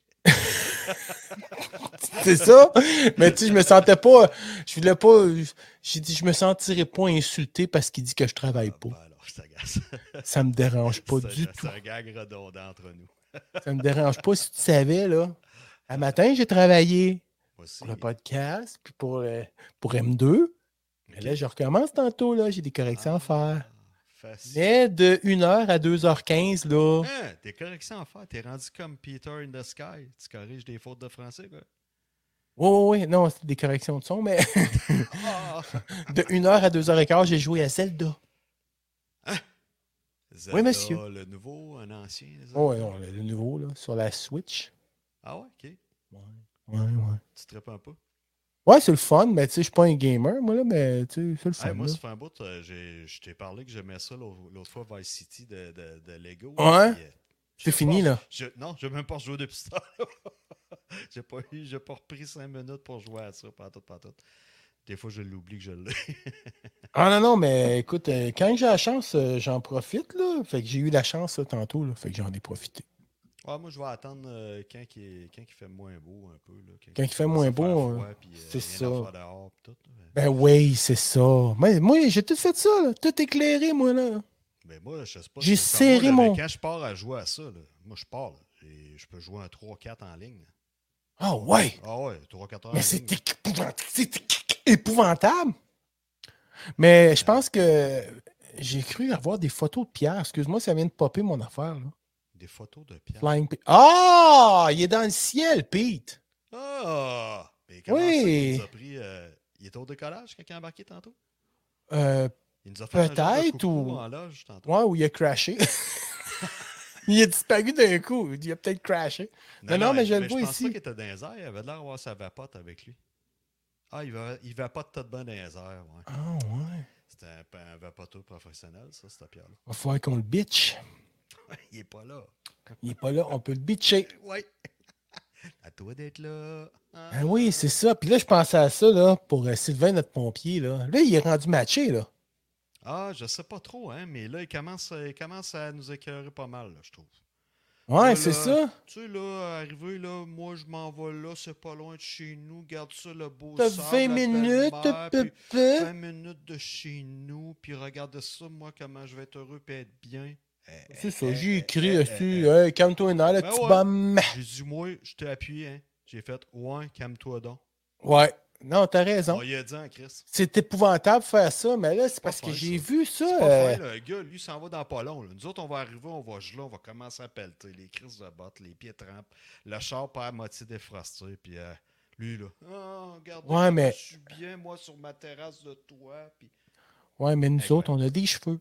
C'est ça. Mais tu sais, je me sentais pas. Je voulais pas. J'ai dit, je me sentirais pas insulté parce qu'il dit que je travaille Ah, pas. ben alors, je t'agace. Ça me dérange pas du C'est tout. un gag redondant entre nous. Ça me dérange pas si tu savais, là. Un matin, j'ai travaillé Moi pour le aussi. podcast, puis pour M2. Mais OK. là, je recommence tantôt, là. J'ai des corrections à faire. Facile. Mais de 1h à 2h15, là. Hein, tes corrections à faire. T'es rendu comme Peter in the Sky. Tu corriges des fautes de français, quoi. Oui, oui, non, c'est des corrections de son, mais Ah! de 1h à 2h15, j'ai joué à Zelda. Oui, Zelda, monsieur. le nouveau, un ancien, Zelda. Oh, ouais, non, le nouveau, là, sur la Switch. Ah ouais, OK. Ouais, ouais. Tu te réponds pas? Ouais, c'est le fun, mais tu sais, je suis pas un gamer, moi, là, mais tu sais, c'est le fun, Hey, moi, là. ça fait un bout, je t'ai parlé que j'aimais ça l'autre fois, Vice City de Lego. Ouais, Puis, c'est fini, là. Non, je n'ai même pas joué depuis ça. J'ai pas repris 5 minutes pour jouer à ça, pas tout. Des fois, je l'oublie que je l'ai. Ah non, non, mais écoute, quand j'ai la chance, j'en profite, là. Fait que j'ai eu la chance, là, tantôt, là. Fait que j'en ai profité. Ouais, moi, je vais attendre quand il fait moins beau un peu. Là, Quand il fait commence moins à faire beau, froid, puis c'est rien à ça. faire dehors, puis tout. Ben oui, c'est ça. Moi, j'ai tout fait ça, là. Tout éclairé, moi, là. Mais moi, je sais pas, J'ai comme moi, serré là, mais mon... quand je pars à jouer à ça, là, moi, je pars, là, et je peux jouer un 3-4 en ligne. Ah ouais! Ah ouais, 3-4 heures Mais en ligne. c'est épouvantable. Mais je Ah non. pense que j'ai cru avoir des photos de Pierre. Excuse-moi, ça vient de popper mon affaire, là. Des photos de Pierre. Flying Pete. Ah! Il est dans le ciel, Pete! Ah! Mais comment ça qu'il nous Oui! a pris... il était au décollage quand il a embarqué tantôt? Euh, Il nous a fait un genre de peut-être coucou ou... en loge tantôt. Ouais, ou il a crashé. Il a disparu d'un coup. Il a peut-être crashé. Non, non, mais je le Mais je vois pense pas ici. qu'il était dans les airs. Il avait l'air d'avoir sa vapote avec lui. Ah, il vapote tout bien dans les airs, ouais. Ah ouais. C'était un vapoteur professionnel, ça, cette pierre-là. Va falloir qu'on le bitch. Il est pas là. Il est pas là, on peut le bitcher. Ouais. À toi d'être là. Ah oui, c'est ça. Puis là, je pensais à ça, là, pour Sylvain, notre pompier, là. Là, il est rendu matché, là. Ah, je sais pas trop, hein, mais là, il commence à nous écœurer pas mal, là, je trouve. Ouais, Là, c'est là, ça. tu sais, là, arrivé, là, moi, je m'en vais là, c'est pas loin de chez nous, garde ça, le beau T'as sable, 20 la minutes, belle mer, peu, puis peu. 20 minutes de chez nous, puis regarde ça, moi, comment je vais être heureux et être bien. C'est ça, j'ai écrit dessus. Hey, calme-toi une heure, le Ben petit ouais. bum. J'ai dit, moi, je t'ai appuyé, hein. J'ai fait, ouais, calme-toi donc. Ouais. Non, t'as raison. On y a dit, hein, Chris. C'est épouvantable de faire ça, mais là, c'est pas parce que fin, j'ai ça. vu ça. C'est pas fin, là. Le gars, lui, s'en va dans pas long. Là. Nous autres, on va arriver, on va geler, on va commencer à pelleter. Les crises de bottes, les pieds trempent. Le char pas à moitié défrosté. Puis lui, là, oh, regardez Ouais, comme mais... je suis bien, moi, sur ma terrasse de toit. Puis... Ouais, mais nous autres, Incroyable. on a des cheveux.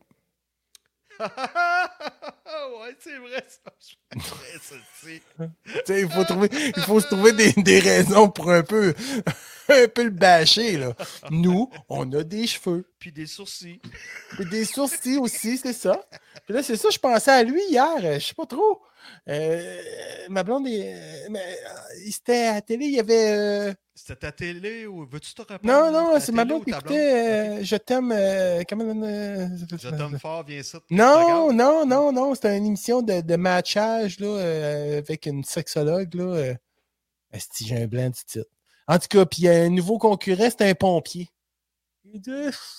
Ouais, c'est vrai, ça. Ça, c'est... Tu sais, il faut se trouver des raisons pour un peu le bâcher, là. Nous, on a des cheveux. Puis des sourcils. Puis des sourcils aussi, c'est ça. Puis là, c'est ça, je pensais à lui hier, je sais pas trop. Ma blonde, il était à la télé, il y avait... C'était ta télé ou veux-tu te rappeler? Non, non, ta c'est ma télé blonde ou qui ta blonde? écoutait Ok. Je t'aime... comment... Je t'aime fort, viens ça. Non, non, non, non, c'était une émission de matchage là, avec une sexologue. Là, esti, j'ai un blanc du titre. En tout cas, puis il y a un nouveau concurrent, c'était un pompier. Il dit,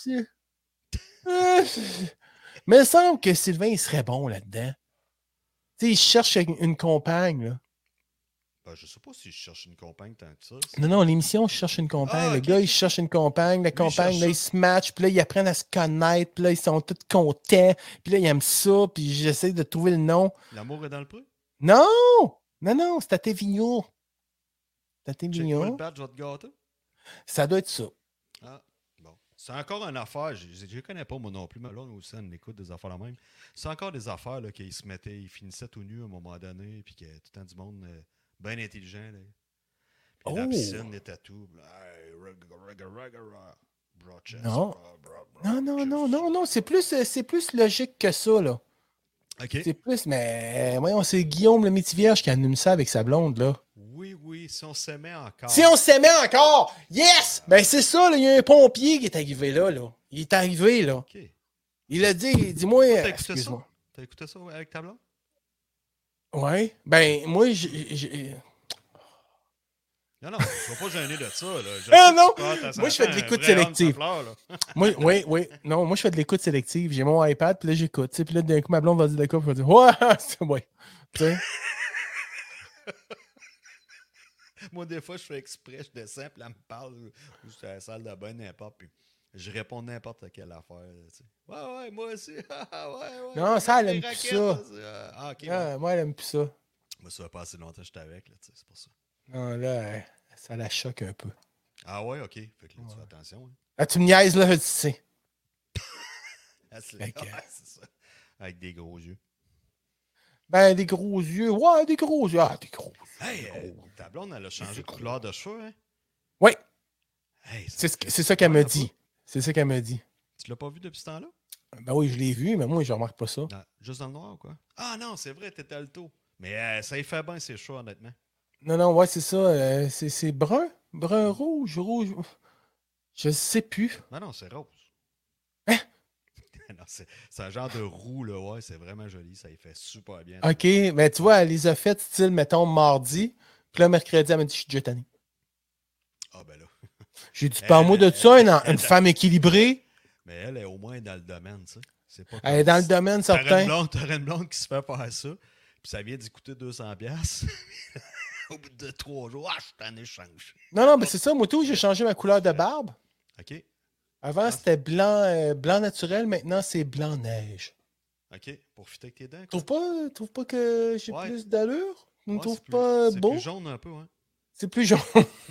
mais il me semble que Sylvain, il serait bon là-dedans. Tu sais, il cherche une compagne. Là. Ben, je sais pas si je cherche une compagne tant que ça. Non, non, l'émission, je cherche une compagne. Ah, Le ok, gars, ok, il cherche une compagne. La Lui, il compagne, cherche là, ça. ils se matchent. Puis là, ils apprennent à se connaître. Puis là, ils sont tous contents. Puis là, ils aiment ça. Puis j'essaie de trouver le nom. L'amour est dans le pré? Non! Non, non, c'est à Tévignon. C'est à Check-moi le Tévignon. badge, je vais te gâter. Ça doit être ça. Ah, bon. C'est encore une affaire, je ne connais pas moi non plus, mais là, aussi, on écoute des affaires la même. C'est encore des affaires là, qu'ils se mettaient, ils finissaient tout nus à un moment donné, puis qu'il y a tout le temps du monde bien intelligent. Là. Puis la Oh! piscine, les tatous. Hey, Brochess. Non. Non, c'est plus logique que ça, là. OK. C'est plus, mais voyons, c'est Guillaume le Métivierge qui anime ça avec sa blonde, là. Oui, si on s'aimait encore. Si on s'aimait encore! Yes! Ben c'est ça, là, il y a un pompier qui est arrivé là, là. Il est arrivé, là. OK. Il a dit, dis-moi... T'as écouté ça? Excuse-moi. T'as écouté ça avec ta blonde? Ouais. Ben, moi, j'ai... Non, tu vas pas gêner de ça, là. Ah non! Moi, Moi, je fais de l'écoute sélective. Moi, oui. Non, moi, je fais de l'écoute sélective. J'ai mon iPad, puis là, j'écoute. Puis là, d'un coup, ma blonde va dire d'accord, puis je vais dire, ouais, c'est ouais. Tu sais? Moi, des fois, je fais exprès, je descends, puis elle me parle, ou je suis à la salle de bain, n'importe, puis je réponds n'importe quelle affaire. Tu sais. Ouais, moi aussi. ouais. Non, ça, elle Les aime plus raquettes, ça. Ah, ok. Ah, moi, elle aime plus ça. Moi, ça va pas assez longtemps que j'étais avec, là, tu sais, c'est pour ça. Non, là, ça la choque un peu. Ah ouais, ok. Fait que là, tu fais attention. Hein. Ah, tu me niaises, là, je le sais. Ah, c'est Fait que- c'est ça. Avec des gros yeux. Ben, des gros yeux. Ouais, des gros yeux. Ah, des gros yeux. Hey, ta blonde, elle a changé de couleur de cheveux, hein? Oui, Hey, c'est ça qu'elle me dit. C'est ça qu'elle me dit. Tu l'as pas vu depuis ce temps-là? Ben oui, je l'ai vu, mais moi, je remarque pas ça. Non, juste dans le noir ou quoi? Ah non, c'est vrai, t'étais alto. Mais ça y fait bien ses cheveux, honnêtement. Non, ouais, c'est ça. C'est brun. Brun, rouge. Je sais plus. Non, c'est rose. Hein? Non, c'est un genre de roux, là, ouais, c'est vraiment joli, ça y fait super bien. OK, mais tu vois, elle les a faites, style, mettons, mardi. Puis là, mercredi, elle m'a dit, je suis déjà tanné. Ah ben là. J'ai dit, parle-moi de ça, une femme équilibrée. Mais elle est au moins dans le domaine, tu sais. C'est pas Elle est dans le domaine, certain. T'aurais une blonde qui se fait faire ça, puis ça vient d'y coûter 200$. Au bout de 3 jours, je suis en échange. Non, mais c'est ça, moi tout, j'ai changé ma couleur de barbe. OK. Avant, c'était blanc naturel, maintenant, c'est blanc neige. OK, pour fitter avec tes dents. Quoi. Trouve pas que j'ai Ouais. plus d'allure? Tu me Ouais, trouves c'est pas c'est beau? plus jaune un peu, hein. C'est plus jaune.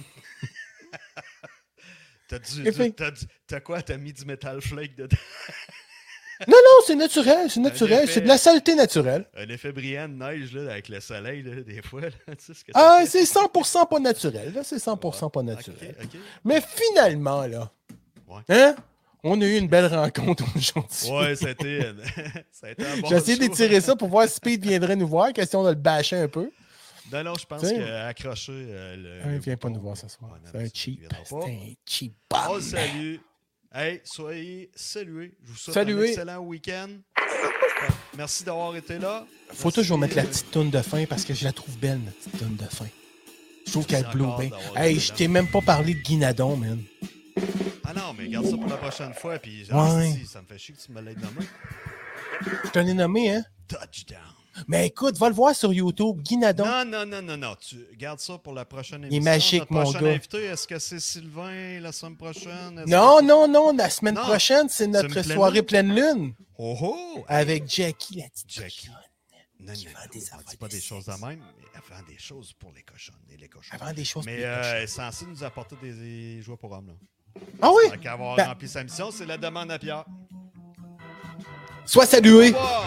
T'as quoi? T'as mis du metal flake dedans? Non, c'est naturel, c'est naturel. C'est de la saleté naturelle. Un effet brillant de neige là, avec le soleil, là, des fois. Là, tu sais ce que Ah, ça fait? c'est 100% pas naturel. Là, c'est 100% pas naturel. OK. Mais finalement, là, Ouais. hein? On a eu une belle rencontre aujourd'hui. Ouais, ça a été un bon J'ai essayé show. d'étirer ça pour voir si Speed viendrait nous voir. Question de le bâcher un peu. Non, je pense T'sais. qu'accrocher Il ne vient pas nous voir ce soir. Ouais, non, C'est un il cheap. viendra C'est pas. un cheap Oh, bum. salut! Hey, soyez salués. Je vous souhaite Saluez. un excellent week-end. Merci d'avoir été là. Faut toujours mettre la petite toune de fin parce que je la trouve belle, la petite toune de fin. Je trouve qu'elle Merci blow encore bien. d'avoir Hey, été je là. t'ai même pas parlé de Guinadon, man. Ah non, mais garde ça pour la prochaine fois. Puis, Ouais. si, ça me fait chier que tu me l'aies nommé. Je t'en ai nommé, hein? Touchdown. Mais écoute, va le voir sur YouTube. Guinadon. Non. Tu gardes ça pour la prochaine est émission. magique, Notre mon prochain gars. invité, est-ce que c'est Sylvain la semaine prochaine? Est-ce Non, que- non, la semaine Non. prochaine, c'est notre pleine soirée lune? pleine lune. Oh! Avec Jackie, la petite Jackie. cochonne. Non, Qui vend des on affaires dit pas de des choses de sexe. même, mais elle vend des choses pour les cochonnes et les cochons. Avant des choses Mais pour les elle cochons. est censée nous apporter des jouets pour hommes. Là. Ah oui? Donc, avoir Ben- rempli sa mission, c'est la demande à Pierre. Sois salué. Au revoir.